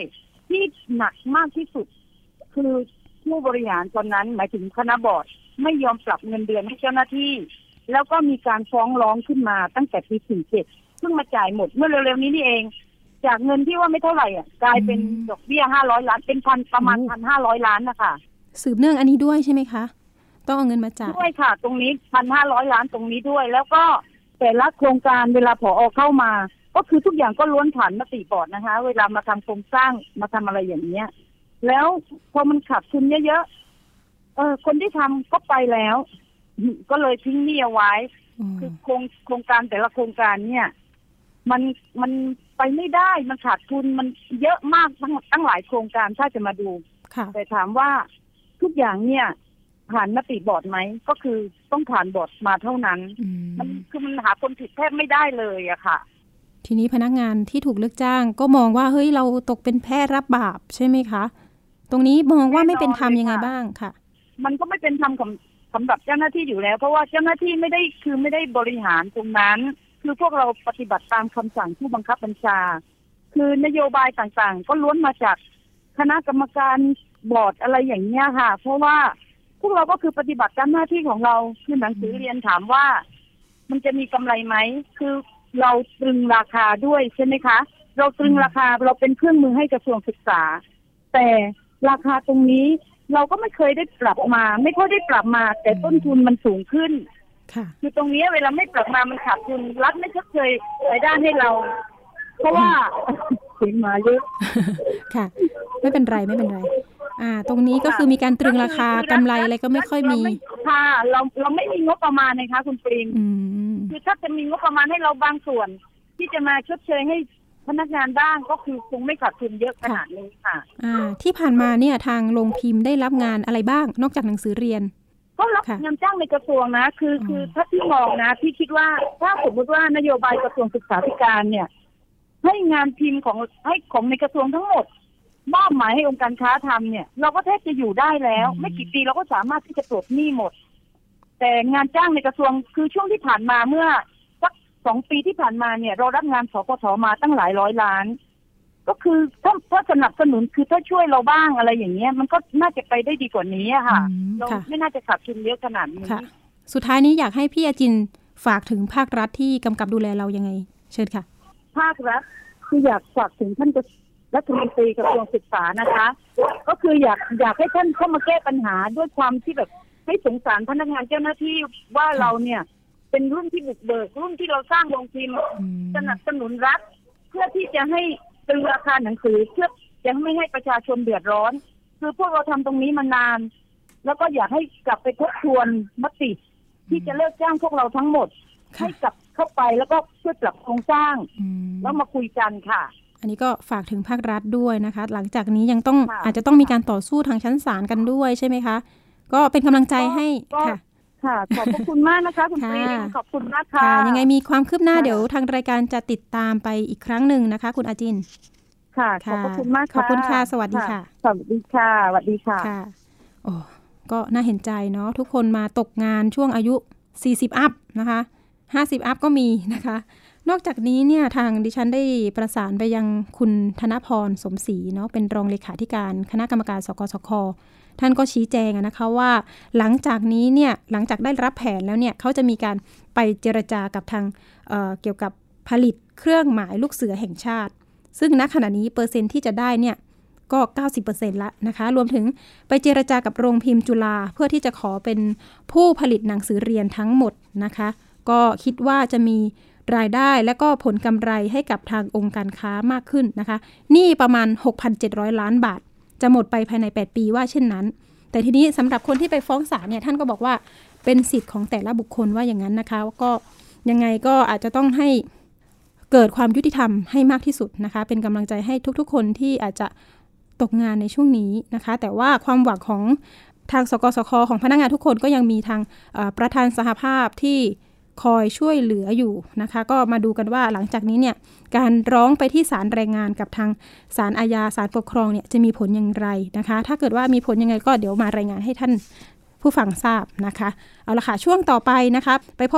ที่หนักมากที่สุดคือผู้บริหารตอนนั้นหมายถึงคณะบอร์ดไม่ยอมปรับเงินเดือนให้เจ้าหน้าที่แล้วก็มีการฟ้องร้องขึ้นมาตั้งแต่ปีสี่สิบเจ็ดเพิ่งมาจ่ายหมดเมื่อเร็วๆนี้นี่เองจากเงินที่ว่าไม่เท่าไหร่อ่ะกลายเป็นดอกเบี้ยห้าร้อยล้านเป็นพันประมาณพันห้าร้อยล้านนะคะสืบเนื่องอันนี้ด้วยใช่ไหมคะต้องเอาเงินมาจ่ายด้วยค่ะตรงนี้พันห้าร้อยล้านตรงนี้ด้วยแล้วก็แต่ละโครงการเวลาผอ.เข้ามาก็คือทุกอย่างก็ล้วนผ่านมติบอร์ดนะคะเวลามาทำโครงสร้างมาทำอะไรอย่างเงี้ยแล้วพอมันขาดทุนเยอะๆเออคนที่ทำก็ไปแล้วก็เลยทิ้งหนี้เอาไว้คือโครงโครงการแต่ละโครงการเนี่ยมันมันไปไม่ได้มันขาดทุนมันเยอะมากทั้งตั้งหลายโครงการถ้าจะมาดูแต่ถามว่าทุกอย่างเนี่ยผ่านมติบอร์ดไหมก็คือต้องผ่านบอร์ดมาเท่านั้นมันคือมันหาคนผิดแทบไม่ได้เลยอะค่ะทีนี้พนักงานที่ถูกเลิกจ้างก็มองว่าเฮ้ยเราตกเป็นแพะรับบาปใช่ไหมคะตรงนี้มองว่าไม่เป็นธรรมยังไงบ้างค่ะมันก็ไม่เป็นธรรมกับสำหรับเจ้าหน้าที่อยู่แล้วเพราะว่าเจ้าหน้าที่ไม่ได้คือไม่ได้บริหารตรงนั้นคือพวกเราปฏิบัติตามคำสั่งผู้บังคับบัญชาคือนโยบายต่างๆก็ล้วนมาจากคณะกรรมการบอร์ดอะไรอย่างเงี้ยค่ะเพราะว่าพวกเราก็คือปฏิบัติตามหน้าที่ของเราคือหนังสือเรียนถามว่ามันจะมีกำไรไหมคือเราตรึงราคาด้วยใช่ไหมคะเราตรึงราคาเราเป็นเครื่องมือให้กระทรวงศึกษาแต่ราคาตรงนี้เราก็ไม่เคยได้ปรับมาไม่ค่อยได้ปรับมาแต่ต้นทุนมันสูงขึ้นคือตรงนี้เวลาไม่ปรับมามันขาดทุนรัฐไม่เคยรายได้ให้เราเพราะว่าเสียมาเยอะค่ะไม่เป็นไรไม่เป็นไรอ่าตรงนี้ก็คือมีการตรึงราคากำไรอะไรก็ไม่ค่อยมีค่ะเราเราไม่มีงบประมาณนะคะคุณปริมคือถ้าจะมีงบประมาณให้เราบางส่วนที่จะมาชดเชยให้พนักงานบ้างก็คือคงไม่ขาดทุนเยอะขนาดนี้ค่ะอ่าที่ผ่านมาเนี่ยทางโรงพิมพ์ได้รับงานอะไรบ้างนอกจากหนังสือเรียนก็รับงานจ้างในกระทรวงนะคือคือถ้าที่มองนะที่คิดว่าถ้าสมมติว่านโยบายกระทรวงศึกษาธิการเนี่ยให้งานพิมพ์ของให้ของในกระทรวงทั้งหมดมอบหมายให้องค์การค้าทำเนี่ยเราก็แทบจะอยู่ได้แล้วไม่กี่ปีเราก็สามารถที่จะปลดหนี้หมดแต่งานจ้างในกระทรวงคือช่วงที่ผ่านมาเมื่อสักสองปีที่ผ่านมาเนี่ยเรารับงานสปส.มาตั้งหลายร้อยล้านก็คือถ้าถ้าสนับสนุนคือถ้าช่วยเราบ้างอะไรอย่างเงี้ยมันก็น่าจะไปได้ดีกว่านี้ค่ะเราไม่น่าจะขาดทุนเยอะขนาดนี้สุดท้ายนี้อยากให้พี่อาจินฝากถึงภาครัฐที่กำกับดูแลเรายังไงเชิญค่ะภาครัฐคืออยากฝากถึงท่านรัฐมนตรีกระทรวงศึกษานะคะก็คืออยากอยากให้ท่านเข้ามาแก้ปัญหาด้วยความที่แบบให้สงสารพนักงานเจ้าหน้าที่ว่าเราเนี่ยเป็นรุ่นที่บุกเบิกรุ่นที่เราสร้างโรงพิมพ์สนับสนุนรัฐเพื่อที่จะให้ตรึงราคาหนังสือเพื่อจะไม่ให้ประชาชนเดือดร้อนคือพวกเราทำตรงนี้มานานแล้วก็อยากให้กลับไปทบทวนมติที่จะเลิกจ้างพวกเราทั้งหมดให้กลับเข้าไปแล้วก็ช่วยปรับโครงสร้างแล้วมาคุยกันค่ะอันนี้ก็ฝากถึงภาครัฐด้วยนะคะหลังจากนี้ยังต้องอาจจะต้องมีการต่อสู้ทางชั้นศาลกันด้วยใช่ไหมคะก็เป็นกำลังใจให้ค่ะค่ะขอบคุณมากนะคะคุณปรีขอบคุณมากค่ะยังไงมีความคืบหน้าเดี๋ยวทางรายการจะติดตามไปอีกครั้งหนึ่งนะคะคุณอาจินค่ะขอบคุณมากขอบคุณค่ะสวัสดีค่ะสวัสดีค่ะสวัสดีค่ะค่ะโอ้ก็น่าเห็นใจเนาะทุกคนมาตกงานช่วงอายุสี่สิบอัพนะคะห้าสิบอัพก็มีนะคะนอกจากนี้เนี่ยทางดิฉันได้ประสานไปยังคุณธนพรสมศรีเนาะเป็นรองเลขาธิการคณะกรรมการสกสคท่านก็ชี้แจงนะคะว่าหลังจากนี้เนี่ยหลังจากได้รับแผนแล้วเนี่ยเขาจะมีการไปเจรจากับทาง เอ่อ เกี่ยวกับผลิตเครื่องหมายลูกเสือแห่งชาติซึ่งณขณะนี้เปอร์เซ็นต์ที่จะได้เนี่ยก็ เก้าสิบเปอร์เซ็นต์ ละนะคะรวมถึงไปเจรจากับโรงพิมพ์จุฬาเพื่อที่จะขอเป็นผู้ผลิตหนังสือเรียนทั้งหมดนะคะก็คิดว่าจะมีรายได้และก็ผลกำไรให้กับทางองค์การค้ามากขึ้นนะคะนี่ประมาณ หกพันเจ็ดร้อย ล้านบาทจะหมดไปภายในแปดปีว่าเช่นนั้นแต่ทีนี้สำหรับคนที่ไปฟ้องศาลเนี่ยท่านก็บอกว่าเป็นสิทธิ์ของแต่ละบุคคลว่าอย่างนั้นนะคะก็ยังไงก็อาจจะต้องให้เกิดความยุติธรรมให้มากที่สุดนะคะเป็นกำลังใจให้ทุกๆคนที่อาจจะตกงานในช่วงนี้นะคะแต่ว่าความหวังของทางสกสคของพนักงานทุกคนก็ยังมีทางประธานสหภาพที่คอยช่วยเหลืออยู่นะคะก็มาดูกันว่าหลังจากนี้เนี่ยการร้องไปที่ศาลแรงงานกับทางศาลอาญาศาลปกครองเนี่ยจะมีผลอย่างไรนะคะถ้าเกิดว่ามีผลยังไงก็เดี๋ยวมารายงานให้ท่านผู้ฟังทราบนะคะเอาละค่ะช่วงต่อไปนะคะไปพบกับ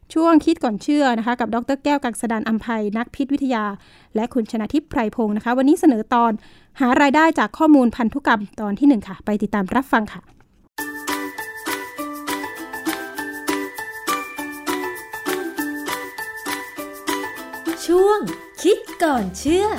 ช่วงคิดก่อนเชื่อนะคะกับดร.แก้วกังสดาลอำไพนักพิษวิทยาและคุณชนาทิพย์ไพรพงศ์นะคะวันนี้เสนอตอนหารายได้จากข้อมูลพันธุกรรมตอนที่หนึ่งค่ะไปติดตามรับฟังค่ะช่วงคิดก่อนเชื่อ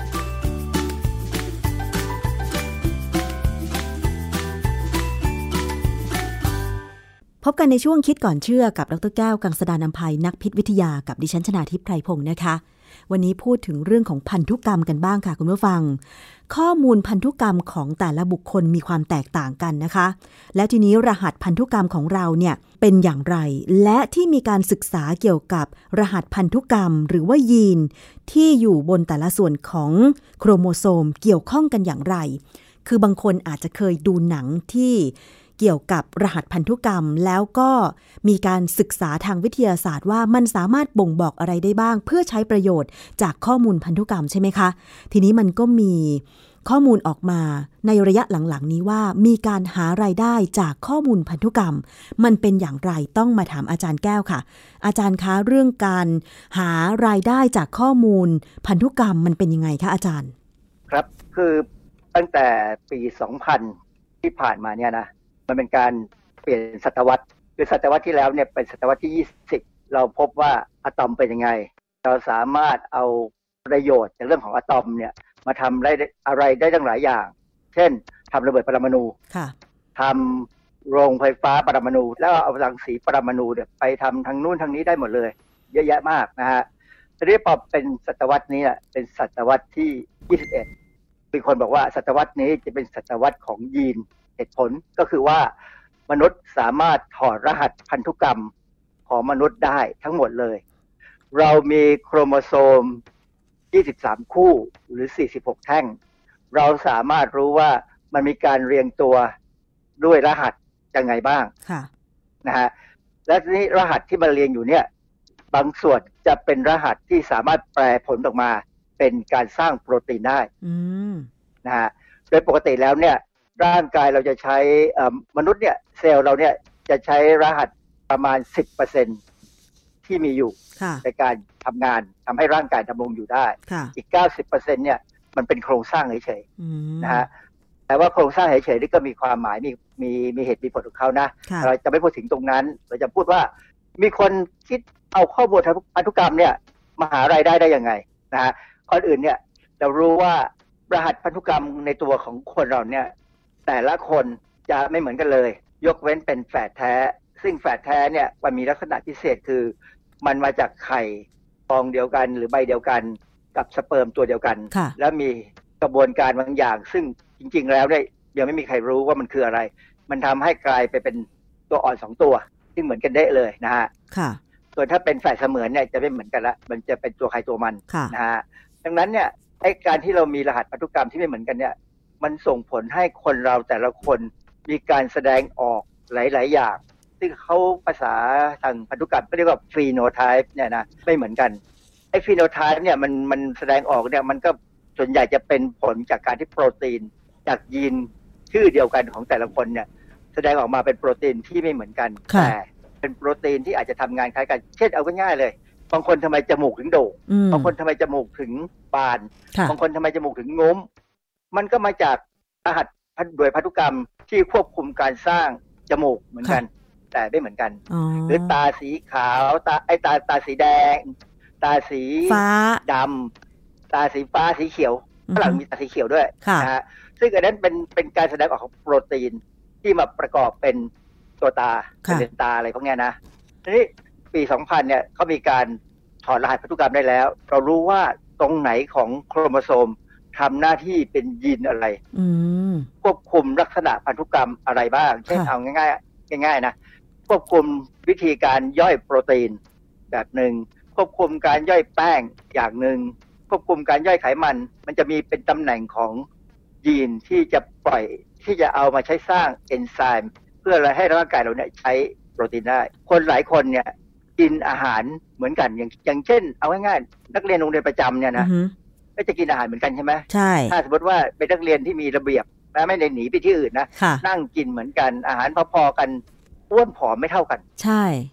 พบกันในช่วงคิดก่อนเชื่อกับดร.แก้วกังสดาลอำไพนักพิษวิทยากับดิฉันชนาทิพย์ไพรพงศ์นะคะวันนี้พูดถึงเรื่องของพันธุกรรมกันบ้างค่ะคุณผู้ฟังข้อมูลพันธุกรรมของแต่ละบุคคลมีความแตกต่างกันนะคะแล้วทีนี้รหัสพันธุกรรมของเราเนี่ยเป็นอย่างไรและที่มีการศึกษาเกี่ยวกับรหัสพันธุกรรมหรือว่ายีนที่อยู่บนแต่ละส่วนของโครโมโซมเกี่ยวข้องกันอย่างไรคือบางคนอาจจะเคยดูหนังที่เกี่ยวกับรหัสพันธุกรรมแล้วก็มีการศึกษาทางวิทยาศาสตร์ว่ามันสามารถบ่งบอกอะไรได้บ้างเพื่อใช้ประโยชน์จากข้อมูลพันธุกรรมใช่ไหมคะทีนี้มันก็มีข้อมูลออกมาในระยะหลังๆนี้ว่ามีการหารายได้จากข้อมูลพันธุกรรมมันเป็นอย่างไรต้องมาถามอาจารย์แก้วค่ะอาจารย์คะเรื่องการหารายได้จากข้อมูลพันธุกรรมมันเป็นยังไงคะอาจารย์ครับคือตั้งแต่ปีสองพันที่ผ่านมาเนี่ยนะมันเป็นการเปลี่ยนศตวรรษคือศตวรรษที่แล้วเนี่ยเป็นศตวรรษที่ยี่สิบเราพบว่าอะตอมเป็นยังไงเราสามารถเอาประโยชน์จากเรื่องของอะตอมเนี่ยมาทำได้อะไรได้ตั้งหลายอย่างเช่นทำระเบิดปรมาณูทำโรงไฟฟ้าปรมาณูแล้วเอารังสีปรมาณูเนี่ยไปทำทางนู้นทางนี้ได้หมดเลยเยอะแยะมากนะฮะทีนี้พอเป็นศตวรรษนี้เป็นศตวรรษที่ยี่สิบเอ็ดมีคนบอกว่าศตวรรษนี้จะเป็นศตวรรษของยีนเหตุผลก็คือว่ามนุษย์สามารถถอดรหัสพันธุกรรมของมนุษย์ได้ทั้งหมดเลยเรามีโครโมโซมยี่สิบสามคู่หรือสี่สิบหกแท่งเราสามารถรู้ว่ามันมีการเรียงตัวด้วยรหัสยังไงบ้างนะฮะและทีนี้รหัสที่มันเรียงอยู่เนี่ยบางส่วนจะเป็นรหัสที่สามารถแปลผลออกมาเป็นการสร้างโปรตีนได้นะฮะโดยปกติแล้วเนี่ยร่างกายเราจะใช้มนุษย์เนี่ยเซลล์เราเนี่ยจะใช้รหัสประมาณ สิบเปอร์เซ็นต์ ที่มีอยู่ในการทำงานทำให้ร่างกายดำรงอยู่ได้อีก เก้าสิบเปอร์เซ็นต์ เนี่ยมันเป็นโครงสร้างเฉยๆนะฮะแต่ว่าโครงสร้างเฉยๆนี่ก็มีความหมายมีมีมีเหตุมีผลของเขานะเราจะไม่พูดถึงตรงนั้นเราจะพูดว่ามีคนคิดเอาข้อมูลพันธุกรรมเนี่ยมาหารายได้ได้ยังไงนะฮะก่อนอื่นเนี่ยเรารู้ว่ารหัสพันธุกรรมในตัวของคนเราเนี่ยแต่ละคนจะไม่เหมือนกันเลยยกเว้นเป็นแฝดแท้ซึ่งแฝดแท้เนี่ยมันมีลักษณะพิเศษคือมันมาจากไข่ฟองเดียวกันหรือใบเดียวกันกับสเปิร์มตัวเดียวกันแล้วมีกระบวนการบางอย่างซึ่งจริงๆแล้วเนี่ยยังไม่มีใครรู้ว่ามันคืออะไรมันทำให้กลายไปเป็นตัวอ่อนสองตัวซึ่งเหมือนกันได้เลยนะฮะส่วนถ้าเป็นแฝดเสมือนเนี่ยจะไม่เหมือนกันละมันจะเป็นตัวใครตัวมันนะฮะดังนั้นเนี่ยไอ้การที่เรามีรหัสพันธุกรรมที่ไม่เหมือนกันเนี่ยมันส่งผลให้คนเราแต่ละคนมีการแสดงออกหลายๆอย่างซึ่งเขาภาษาทางพันธุกรรมก็เรียกว่าฟีโนไทป์เนี่ยนะไม่เหมือนกันไอ้ฟีโนไทป์เนี่ยมันมันแสดงออกเนี่ยมันก็ส่วนใหญ่จะเป็นผลจากการที่โปรตีนจากยีนชื่อเดียวกันของแต่ละคนเนี่ยแสดงออกมาเป็นโปรตีนที่ไม่เหมือนกันแต่เป็นโปรตีนที่อาจจะทำงานคล้ายกันเช่นเอาง่ายๆเลยบางคนทำไมจมูกถึงโด่งบางคนทำไมจมูกถึงบานบางคนทำไมจมูกถึงงุ้มมันก็มาจากรหัสโดยพันธุกรรมที่ควบคุมการสร้างจมูกเหมือนกันแต่ไม่เหมือนกันหรือตาสีขาวตาไอตาตาสีแดงตาสีฟ้าดำตาสีฟ้าสีเขียวข้างหลังมีตาสีเขียวด้วยนะฮะซึ่งอันนั้นเป็นเป็นการแสดงออกของโปรตีนที่มาประกอบเป็นตัวตาเป็นเลนตาอะไรพวกนี้นะทีนี้ปีสองพันเนี่ยเขามีการถอดรหัสพันธุกรรมได้แล้วเรารู้ว่าตรงไหนของโครโมโซมทำหน้าที่เป็นยีนอะไรควบคุมลักษณะพันธุกรรมอะไรบ้างเช่นเอาง่ายๆง่ายๆนะควบคุมวิธีการย่อยโปรตีนแบบหนึ่งควบคุมการย่อยแป้งอย่างหนึ่งควบคุมการย่อยไขมันมันจะมีเป็นตำแหน่งของยีนที่จะปล่อยที่จะเอามาใช้สร้างเอนไซม์เพื่อให้ร่างกายเราเนี่ยใช้โปรตีนได้คนหลายคนเนี่ยกินอาหารเหมือนกันอย่างอย่างเช่นเอาง่ายๆนักเรียนโรงเรียนประจำเนี่ยนะก็จะกินอาหารเหมือนกันใช่ไหมใช่ถ้าสมมติว่าเป็นนักเรียนที่มีระเบียบนะไม่ได้หนีไปที่อื่นนะนั่งกินเหมือนกันอาหารพอๆกันอ้วนผอมไม่เท่ากันใช่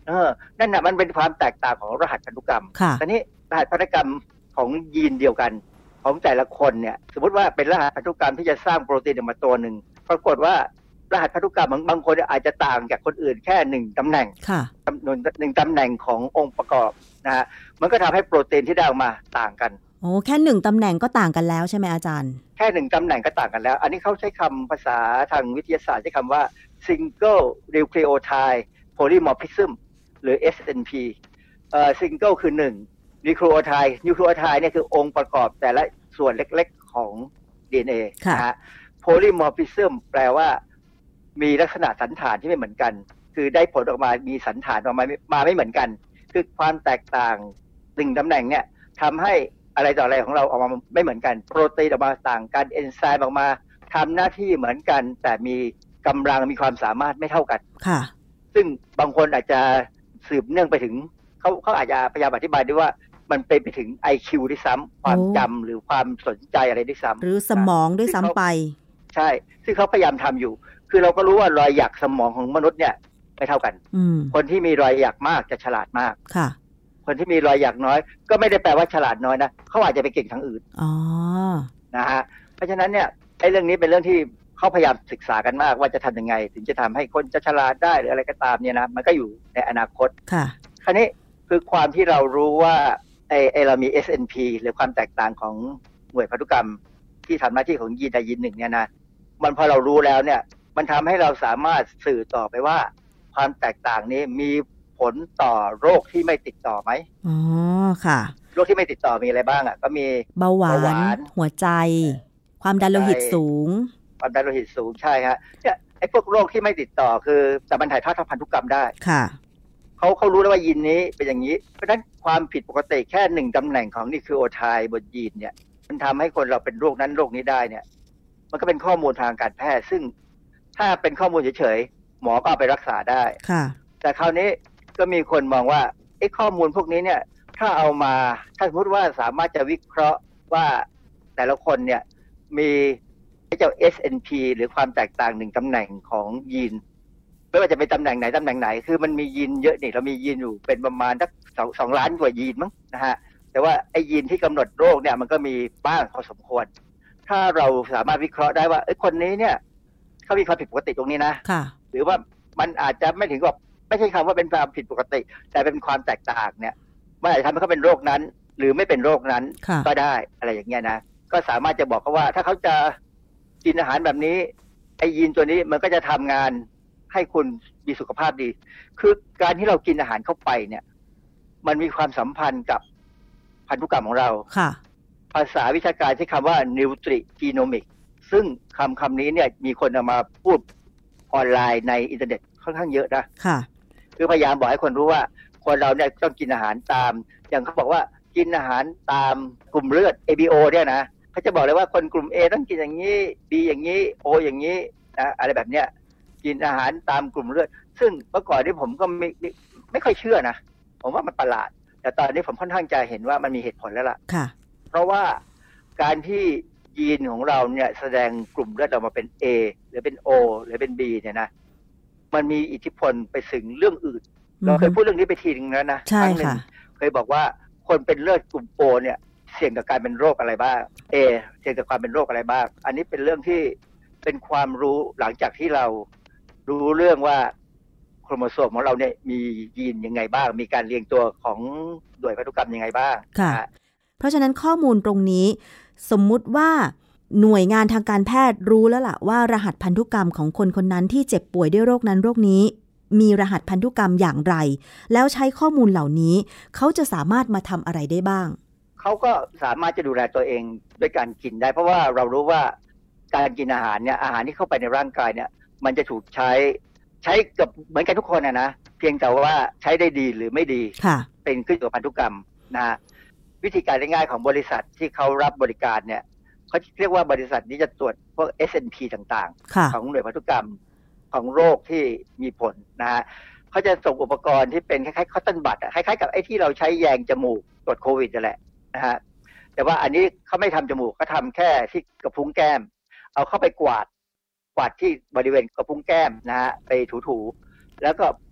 เออนั่นน่ะมันเป็นความแตกต่างของรหัสพันธุกรรมตอนนี้รหัสพันธุกรรมของยีนเดียวกันของแต่ละคนเนี่ยสมมติว่าเป็นรหัสพันธุกรรมที่จะสร้างโปรตีนออกมาตัวหนึ่งปรากฏว่ารหัสพันธุกรรมบางคนอาจจะต่างจากคนอื่นแค่หนึ่งตำแหน่งจำนวนหนึ่งตำแหน่งขององค์ประกอบนะฮะมันก็ทำให้โปรตีนที่ได้ออกมาต่างกันโอ้แค่หนึ่งตำแหน่งก็ต่างกันแล้วใช่ไหมอาจารย์แค่หนึ่งตำแหน่งก็ต่างกันแล้วอันนี้เขาใช้คำภาษาทางวิทยาศาสตร์ใช้คำว่า single nucleotide polymorphism หรือ เอส เอ็น พี เอ่อ single คือหนึ่ง nucleotide nucleotide เนี่ยคือองค์ประกอบแต่ละส่วนเล็กๆของ ดี เอ็น เอ นะฮะ polymorphism แปลว่ามีลักษณะสันฐานที่ไม่เหมือนกันคือได้ผลออกมามีสันฐานออกมามาไม่เหมือนกันคือความแตกต่างหนึ่งตำแหน่งเนี่ยทำให้อะไรต่ออะไรของเราออกมาไม่เหมือนกันโปรตีนออกมาต่างกันเอนไซม์ออกมาทำหน้าที่เหมือนกันแต่มีกำลังมีความสามารถไม่เท่ากันค่ะซึ่งบางคนอาจจะสืบเนื่องไปถึงเขาเขาอาจจะพยายามอธิบายด้วยว่ามันเป็นไปถึง ไอ คิว ด้วยซ้ำความจำหรือความสนใจอะไรด้วยซ้ำหรือสมองด้วยซ้ำไปใช่ซึ่งเขาพยายามทำอยู่คือเราก็รู้ว่ารอยหยักสมองของมนุษย์เนี่ยไม่เท่ากันคนที่มีรอยหยักมากจะฉลาดมากค่ะคนที่มีรอยหยักน้อยก็ไม่ได้แปลว่าฉลาดน้อยนะเขาอาจจะไปเก่งทางอื่นอ๋อนะฮะเพราะฉะนั้นเนี่ยไอ้เรื่องนี้เป็นเรื่องที่เขาพยายามศึกษากันมากว่าจะทำยังไงถึงจะทำให้คนจะฉลาดได้หรืออะไรก็ตามเนี่ยนะมันก็อยู่ในอนาคตค่ะคราวนี้คือความที่เรารู้ว่าไอ้ไอ้เรามี เอส เอ็น พี หรือความแตกต่างของหน่วยพันธุกรรมที่ทำหน้าที่ของยีนใดยีนหนึ่งเนี่ยนะมันพอเรารู้แล้วเนี่ยมันทำให้เราสามารถสื่อต่อไปว่าความแตกต่างนี้มีผลต่อโรคที่ไม่ติดต่อไหมอ๋อค่ะโรคที่ไม่ติดต่อมีอะไรบ้างอ่ะก็มีเบาหวานหัวใจความดันโลหิตสูงความดันโลหิตสูงใช่ฮะเนี่ยไอ้พวกโรคที่ไม่ติดต่อคือแต่มันถ่ายทอดทางพันธุกรรมได้ค่ะเขาเขารู้แล้วว่ายีนนี้เป็นอย่างนี้เพราะฉะนั้นความผิดปกติแค่หนึ่งตำแหน่งของนิวคลีโอไทด์บนยีนเนี่ยมันทำให้คนเราเป็นโรคนั้นโรคนี้ได้เนี่ยมันก็เป็นข้อมูลทางการแพทย์ซึ่งถ้าเป็นข้อมูลเฉยๆหมอก็เอาไปรักษาได้ค่ะแต่คราวนี้ก็มีคนมองว่าไอ้ข้อมูลพวกนี้เนี่ยถ้าเอามาถ้าสมมติว่าสามารถจะวิเคราะห์ว่าแต่ละคนเนี่ยมีเจ้า เอส เอ็น พี หรือความแตกต่างหนึ่งตำแหน่งของยีนไม่ว่าจะเป็นตำแหน่งไหนตำแหน่งไหนคือมันมียีนเยอะนี่เรามียีนอยู่เป็นประมาณสักสองสองล้านกว่ายีนมั้งนะฮะแต่ว่าไอ้ยีนที่กำหนดโรคเนี่ยมันก็มีบ้างพอสมควรถ้าเราสามารถวิเคราะห์ได้ว่าไอ้คนนี้เนี่ยเขามีความผิดปกติตรงนี้นะหรือว่ามันอาจจะไม่ถึงกับไม่ใช่คำว่าเป็นความผิดปกติแต่เป็นความแตกต่างเนี่ยมันอาจจะทำให้เขาเป็นโรคนั้นหรือไม่เป็นโรคนั้นก็ได้อะไรอย่างเงี้ยนะก็สามารถจะบอกเขาว่าถ้าเขาจะกินอาหารแบบนี้ไอ้ยีนตัวนี้มันก็จะทำงานให้คุณมีสุขภาพดีคือการที่เรากินอาหารเข้าไปเนี่ยมันมีความสัมพันธ์กับพันธุกรรมของเราค่ะภาษาวิชาการใช้คำว่า Nutrigenomics ซึ่งคำคำนี้เนี่ยมีคนเอามาพูดออนไลน์ในอินเทอร์เน็ตค่อนข้างเยอะนะค่ะคือพยายามบอกให้คนรู้ว่าคนเราเนี่ยต้องกินอาหารตามอย่างเขาบอกว่ากินอาหารตามกลุ่มเลือด เอ บี โอ เนี่ยนะเขาจะบอกเลยว่าคนกลุ่ม A ต้องกินอย่างนี้ B อย่างนี้ O อย่างนี้นะอะไรแบบเนี้ยกินอาหารตามกลุ่มเลือดซึ่งเมื่อก่อนที่ผมก็ไม่ไม่ไม่ค่อยเชื่อนะผมว่ามันประหลาดแต่ตอนนี้ผมค่อนข้างจะเห็นว่ามันมีเหตุผลแล้วล่ะค่ะเพราะว่าการที่ยีนของเราเนี่ยแสดงกลุ่มเลือดออกมาเป็น A หรือเป็น O หรือเป็น B เนี่ยนะมันมีอิทธิพลไปถึงเรื่องอื่นเราเคยพูดเรื่องนี้ไปทีนึงแล้วนะครั้งนึงเคยบอกว่าคนเป็นเลือดกลุ่ม O เนี่ยเสี่ยงกับการเป็นโรคอะไรบ้าง A เสี่ยงกับความเป็นโรคอะไรบ้างอันนี้เป็นเรื่องที่เป็นความรู้หลังจากที่เรารู้เรื่องว่าโครโมโซมของเราเนี่ยมียีนยังไงบ้างมีการเรียงตัวของหน่วยพันธุกรรมยังไงบ้างค่ะเพราะฉะนั้นข้อมูลตรงนี้สมมุติว่าหน่วยงานทางการแพทย์รู้แล้วล่ะว่ารหัสพันธุกรรมของคนคนนั้นที่เจ็บป่วยด้วยโรคนั้นโรคนี้มีรหัสพันธุกรรมอย่างไรแล้วใช้ข้อมูลเหล่านี้เขาจะสามารถมาทำอะไรได้บ้างเขาก็สามารถจะดูแลตัวเองด้วยการกินได้เพราะว่าเรารู้ว่าการกินอาหารเนี่ยอาหารที่เข้าไปในร่างกายเนี่ยมันจะถูกใช้ใช้กับเหมือนกันทุกคนนะนะเพียงแต่ว่าใช้ได้ดีหรือไม่ดีเป็นขึ้นกับพันธุกรรมนะวิธีการง่ายๆของบริษัทที่เขารับบริการเนี่ยเขาเรียกว่าบริษัทนี้จะตรวจพวก เอส เอ็น พี ต่างๆของหน่วยพันธุกรรมของโรคที่มีผลนะฮะเขาจะส่งอุปกรณ์ที่เป็นคล้ายๆคอตตอนบัดคล้ายๆกับไอ้ที่เราใช้แยงจมูกตรวจโควิดนั่นแหละนะฮะแต่ว่าอันนี้เขาไม่ทำจมูกเขาทำแค่ที่กระพุ้งแก้มเอาเข้าไปกวาดกวาดที่บริเวณกระพุ้งแก้มนะฮะไปถูๆแล้วก็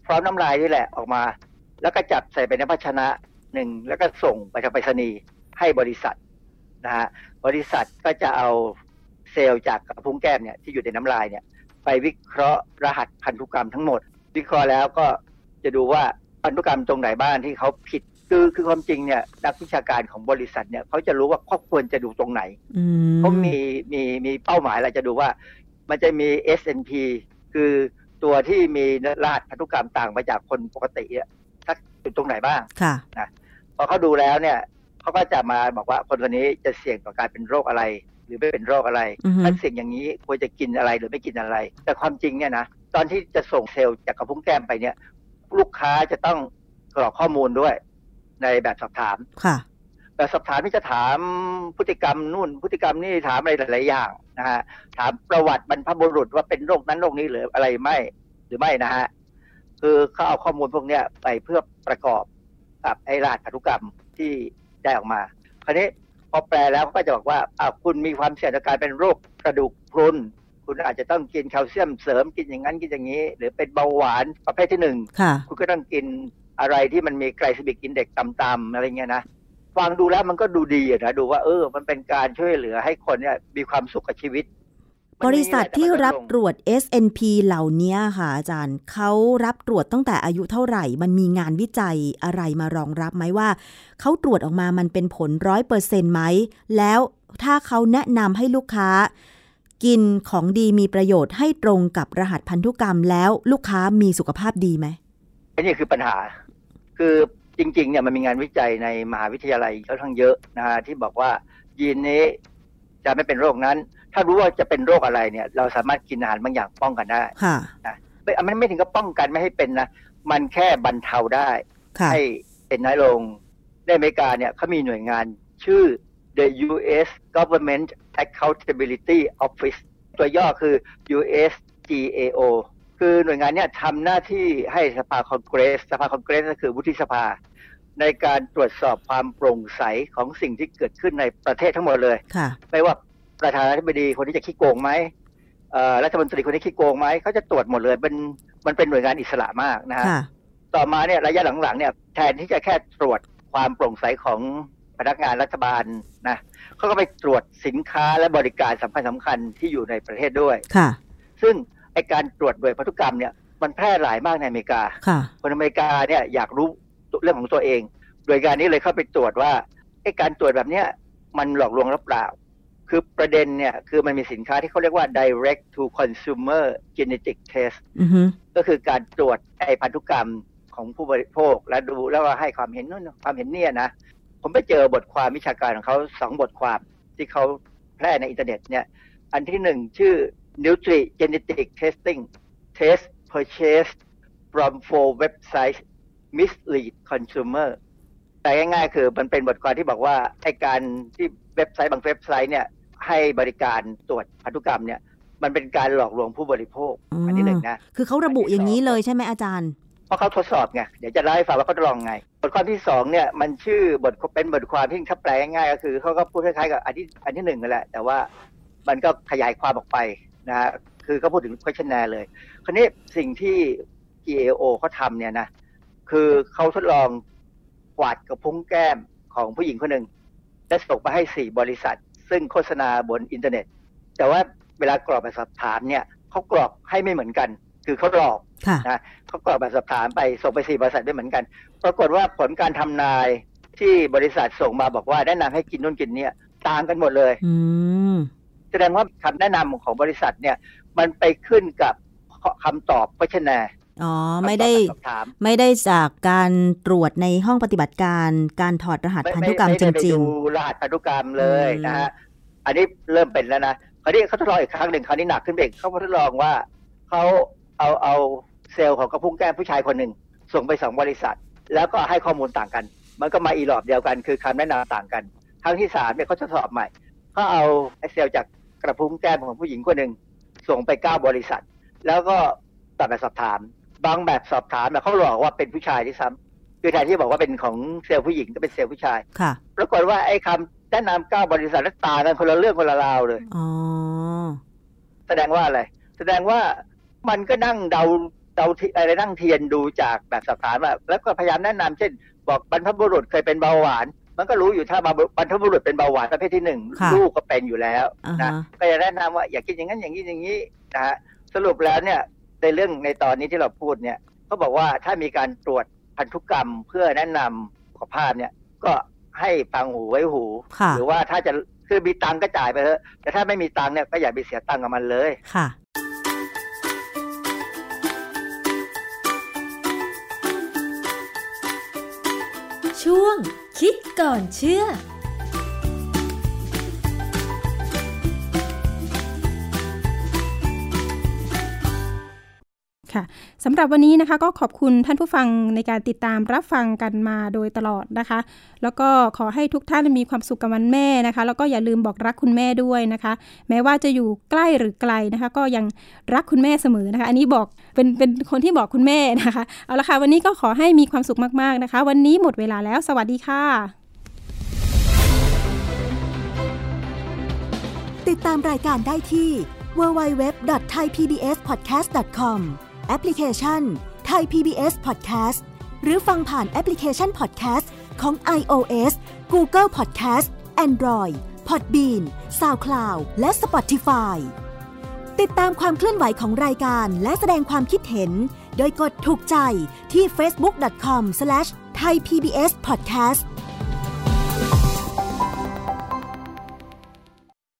พร้อมน้ำลายนี่แหละออกมาแล้วก็จับใส่ไปในภาชนะหนึ่งแล้วก็ส่งไปทางไปรษณีย์ให้บริษัทนะฮะบริษัทก็จะเอาเซลล์จากกระพุ้งแก้มเนี่ยที่อยู่ในน้ำลายเนี่ยไปวิเคราะห์รหัสพันธุกรรมทั้งหมดวิเคราะห์แล้วก็จะดูว่าพันธุกรรมตรงไหนบ้างที่เขาผิดคือคือความจริงเนี่ยนักวิชาการของบริษัทเนี่ยเขาจะรู้ว่าเขาควรจะดูตรงไหนเขามีมีมีเป้าหมายอะไรจะดูว่ามันจะมี เอส เอ็น พี คือตัวที่มีรหัสพันธุกรรมต่างไปจากคนปกติอ่ะสักจุดตรงไหนบ้างนะพอเขาดูแล้วเนี่ยเขาก็จะมาบอกว่าคนคนนี้จะเสี่ยงต่อการเป็นโรคอะไรหรือไม่เป็นโรคอะไรถ้าเสี่ยงอย่างนี้ควรจะกินอะไรหรือไม่กินอะไรแต่ความจริงเนี่ยนะตอนที่จะส่งเซลล์จากกระพุ้งแก้มไปเนี่ยลูกค้าจะต้องกรอกข้อมูลด้วยในแบบสอบถามแบบสอบถามที่จะถามพฤติกรรมนู่นพฤติกรรมนี่ถามอะไรหลายๆอย่างนะฮะถามประวัติบรรพบุรุษว่าเป็นโรคนั้นโรคนี้หรืออะไรไม่หรือไม่นะฮะคือเขาเอาข้อมูลพวกนี้ไปเพื่อประกอบกับไอ้รหัสพันธุกรรมที่ได้ออกมาคราวนี้พอแปลแล้วก็จะบอกว่าอ่าคุณมีความเสี่ยงต่อการเป็นโรคกระดูกพรุนคุณอาจจะต้องกินแคลเซียมเสริมกินอย่างนั้นกินอย่างนี้หรือเป็นเบาหวานประเภทที่หนึ่งคุณก็ต้องกินอะไรที่มันมีไกลซิมิกอินเด็กซ์ต่ำๆอะไรเงี้ยนะฟังดูแล้วมันก็ดูดีนะดูว่าเออมันเป็นการช่วยเหลือให้คนเนี่ยมีความสุขกับชีวิตบริษัทที่รับตรวจ เอส เอ็น พี เหล่านี้ค่ะอาจารย์เขารับตรวจตั้งแต่อายุเท่าไหร่มันมีงานวิจัยอะไรมารองรับไหมว่าเขาตรวจออกมามันเป็นผล ร้อยเปอร์เซ็นต์ ไหมแล้วถ้าเขาแนะนำให้ลูกค้ากินของดีมีประโยชน์ให้ตรงกับรหัสพันธุกรรมแล้วลูกค้ามีสุขภาพดีไหมอันนี้คือปัญหาคือจริงๆเนี่ยมันมีงานวิจัยในมหาวิทยาลัยค่อนข้างเยอะนะฮะที่บอกว่ายีนนี้จะไม่เป็นโรคนั้นถ้ารู้ว่าจะเป็นโรคอะไรเนี่ยเราสามารถกินอาหารบางอย่างป้องกันได้นะมันไม่ถึงกับป้องกันไม่ให้เป็นนะมันแค่บรรเทาได้ให้เป็นน้อยลงในอเมริกาเนี่ยเขามีหน่วยงานชื่อ The ยู เอส Government Accountability Office ตัวย่อคือ ยู เอส จี เอ โอ คือหน่วยงานเนี่ยทำหน้าที่ให้สภาคอนเกรสสภาคอนเกรสก็คือวุฒิสภาในการตรวจสอบความโปร่งใสของสิ่งที่เกิดขึ้นในประเทศทั้งหมดเลยไม่ว่าประธานาธิบดีคนที่จะขี้โกงไหมรัฐมนตรีคนที่ขี้โกงไหมเขาจะตรวจหมดเลยเป็นมันเป็นหน่วยงานอิสระมากนะฮะต่อมาเนี่ยระยะหลังๆเนี่ยแทนที่จะแค่ตรวจความโปร่งใสของพนักงานรัฐบาลนะเขาก็ไปตรวจสินค้าและบริการสำคัญสำคัญที่อยู่ในประเทศด้วยซึ่งไอการตรวจโดยพันธุกรรมเนี่ยมันแพร่หลายมากในอเมริกาคนอเมริกาเนี่ยอยากรู้เรื่องของตัวเองโดยการนี้เลยเข้าไปตรวจว่าไอการตรวจแบบเนี้ยมันหลอกลวงหรือเปล่าคือประเด็นเนี่ยคือมันมีสินค้าที่เขาเรียกว่า direct to consumer genetic test ก็คือการตรวจไอพันธุกรรมของผู้บริโภคและดูแล้วว่าให้ความเห็นนู่นความเห็นเนี่ยนะผมไปเจอบทความวิชาการของเขาสองบทความที่เขาแพร่ในอินเทอร์เน็ตเนี่ยอันที่หนึ่งชื่อ Nutri Genetic Testing Test Purchased from four websites Mislead Consumer แต่ง่ายๆคือมันเป็นบทความที่บอกว่าไอการที่เว็บไซต์บางเว็บไซต์เนี่ยให้บริการตรวจพันธุกรรมเนี่ยมันเป็นการหลอกลวงผู้บริโภค อ, อันที่หนึ่งนะคือเขาระบุอย่างนี้เลยใช่ไหมอาจารย์เพราะเขาทดสอบไงเดี๋ยวจะเล่าให้ฟังว่าเขาทดลองไงบทความที่สองเนี่ยมันชื่อบทเป็นบทความที่ถ้าแปลง่ายๆก็คือเขาก็พูดคล้ายๆกับอันที่อันที่หนึ่งนั่นแหละแต่ว่ามันก็ขยายความออกไปนะฮะคือเขาพูดถึง questionnaire เลยคราวนี้สิ่งที่ จี เอ โอ เขาทำเนี่ยนะคือเขาทดลองกวาดกระพุ้งแก้มของผู้หญิงคนหนึ่งและส่งไปให้สี่บริษัทซึ่งโฆษณาบนอินเทอร์เน็ตแต่ว่าเวลากรอกแบบสอบถามเนี่ยเขากรอกให้ไม่เหมือนกันคือเขาหลอกนะเขากรอกแบบสอบถามไปส่งไปสี่บริษัทไม่เหมือนกันปรากฏว่าผลการทำนายที่บริษัทส่งมาบอกว่าแนะนำให้กินนู่นกินนี่ต่างกันหมดเลยแสดงว่าคำแนะนำของบริษัทเนี่ยมันไปขึ้นกับคำตอบquestionnaire อ๋อไม่ได้ไม่ได้จากการตรวจในห้องปฏิบัติการการถอดรหัสพันธุกรรมจริงๆไม่ได้ไปดูรหัสพันธุกรรมเลยนะฮะอันนี้เริ่มเป็นแล้วนะคราวนี้เขาทดลองอีกครั้งหนึ่งคราวนี้หนักขึ้นไปอีกเขาทดลองว่าเขาเอาเอาเซลล์ของกระพุ้งแก้มผู้ชายคนหนึ่งส่งไปสองบริษัทแล้วก็ให้ข้อมูลต่างกันมันก็มาอีหลอบเดียวกันคือคำแนะนำต่างกันครั้งที่สามเนี่ยเขาทดสอบใหม่เขาเอาเซลล์จากกระพุ้งแก้มของผู้หญิงคนหนึ่งส่งไปเก้าบริษัทแล้วก็ตอบแบบสอบถามบางแบบสอบถามเนี่ยเขาบอกว่าเป็นผู้ชายที่ซ้ำคือแทนที่บอกว่าเป็นของเซลล์ผู้หญิงก็เป็นเซลล์ผู้ชายค่ะปรากฏว่าไอ้คำแนะนำเก้าบริษัทนั้นต่างกันคนละเรื่องคนละราวเลยอ๋อแสดงว่าอะไรแสดงว่ามันก็นั่งเดาเตาอะไรนั่งเทียนดูจากแบบสอบถามแบบแล้วก็พยายามแนะนำเช่นบอกบรรพบุรุษเคยเป็นเบาหวานมันก็รู้อยู่ถ้าบรรพบุรุษเป็นเบาหวานประเภทที่หนึ่งลูกก็เป็นอยู่แล้วนะก็จะแนะนำว่าอย่ากินอย่างนั้นอย่างนี้อย่างนี้นะฮะสรุปแล้วเนี่ยในเรื่องในตอนนี้ที่เราพูดเนี่ยเขาบอกว่าถ้ามีการตรวจพันธุกรรมเพื่อแนะนำสุขภาพเนี่ยก็ให้ฟังหูไว้หูหรือว่าถ้าจะคือมีตังก็จ่ายไปเถอะแต่ถ้าไม่มีตังเนี่ยก็อย่าไปเสียตังกับมันเลยค่ะช่วงคิดก่อนเชื่อค่ะสำหรับวันนี้นะคะก็ขอบคุณท่านผู้ฟังในการติดตามรับฟังกันมาโดยตลอดนะคะแล้วก็ขอให้ทุกท่านมีความสุขกับวันแม่นะคะแล้วก็อย่าลืมบอกรักคุณแม่ด้วยนะคะแม้ว่าจะอยู่ใกล้หรือไกลนะคะก็ยังรักคุณแม่เสมอนะคะอันนี้บอกเป็นเป็นคนที่บอกคุณแม่นะคะเอาละค่ะวันนี้ก็ขอให้มีความสุขมากๆนะคะวันนี้หมดเวลาแล้วสวัสดีค่ะติดตามรายการได้ที่ ดับเบิลยู ดับเบิลยู ดับเบิลยู ดอท ไทย พี บี เอส พอดแคสต์ ดอท คอม แอปพลิเคชัน Thai พี บี เอส Podcast หรือฟังผ่านแอปพลิเคชัน Podcast ของ iOS Google Podcast Android Podbean SoundCloud และ Spotify ติดตามความเคลื่อนไหวของรายการและแสดงความคิดเห็นโดยกดถูกใจที่ เฟซบุ๊ก ดอท คอม สแลช ไทย พี บี เอส พอดแคสต์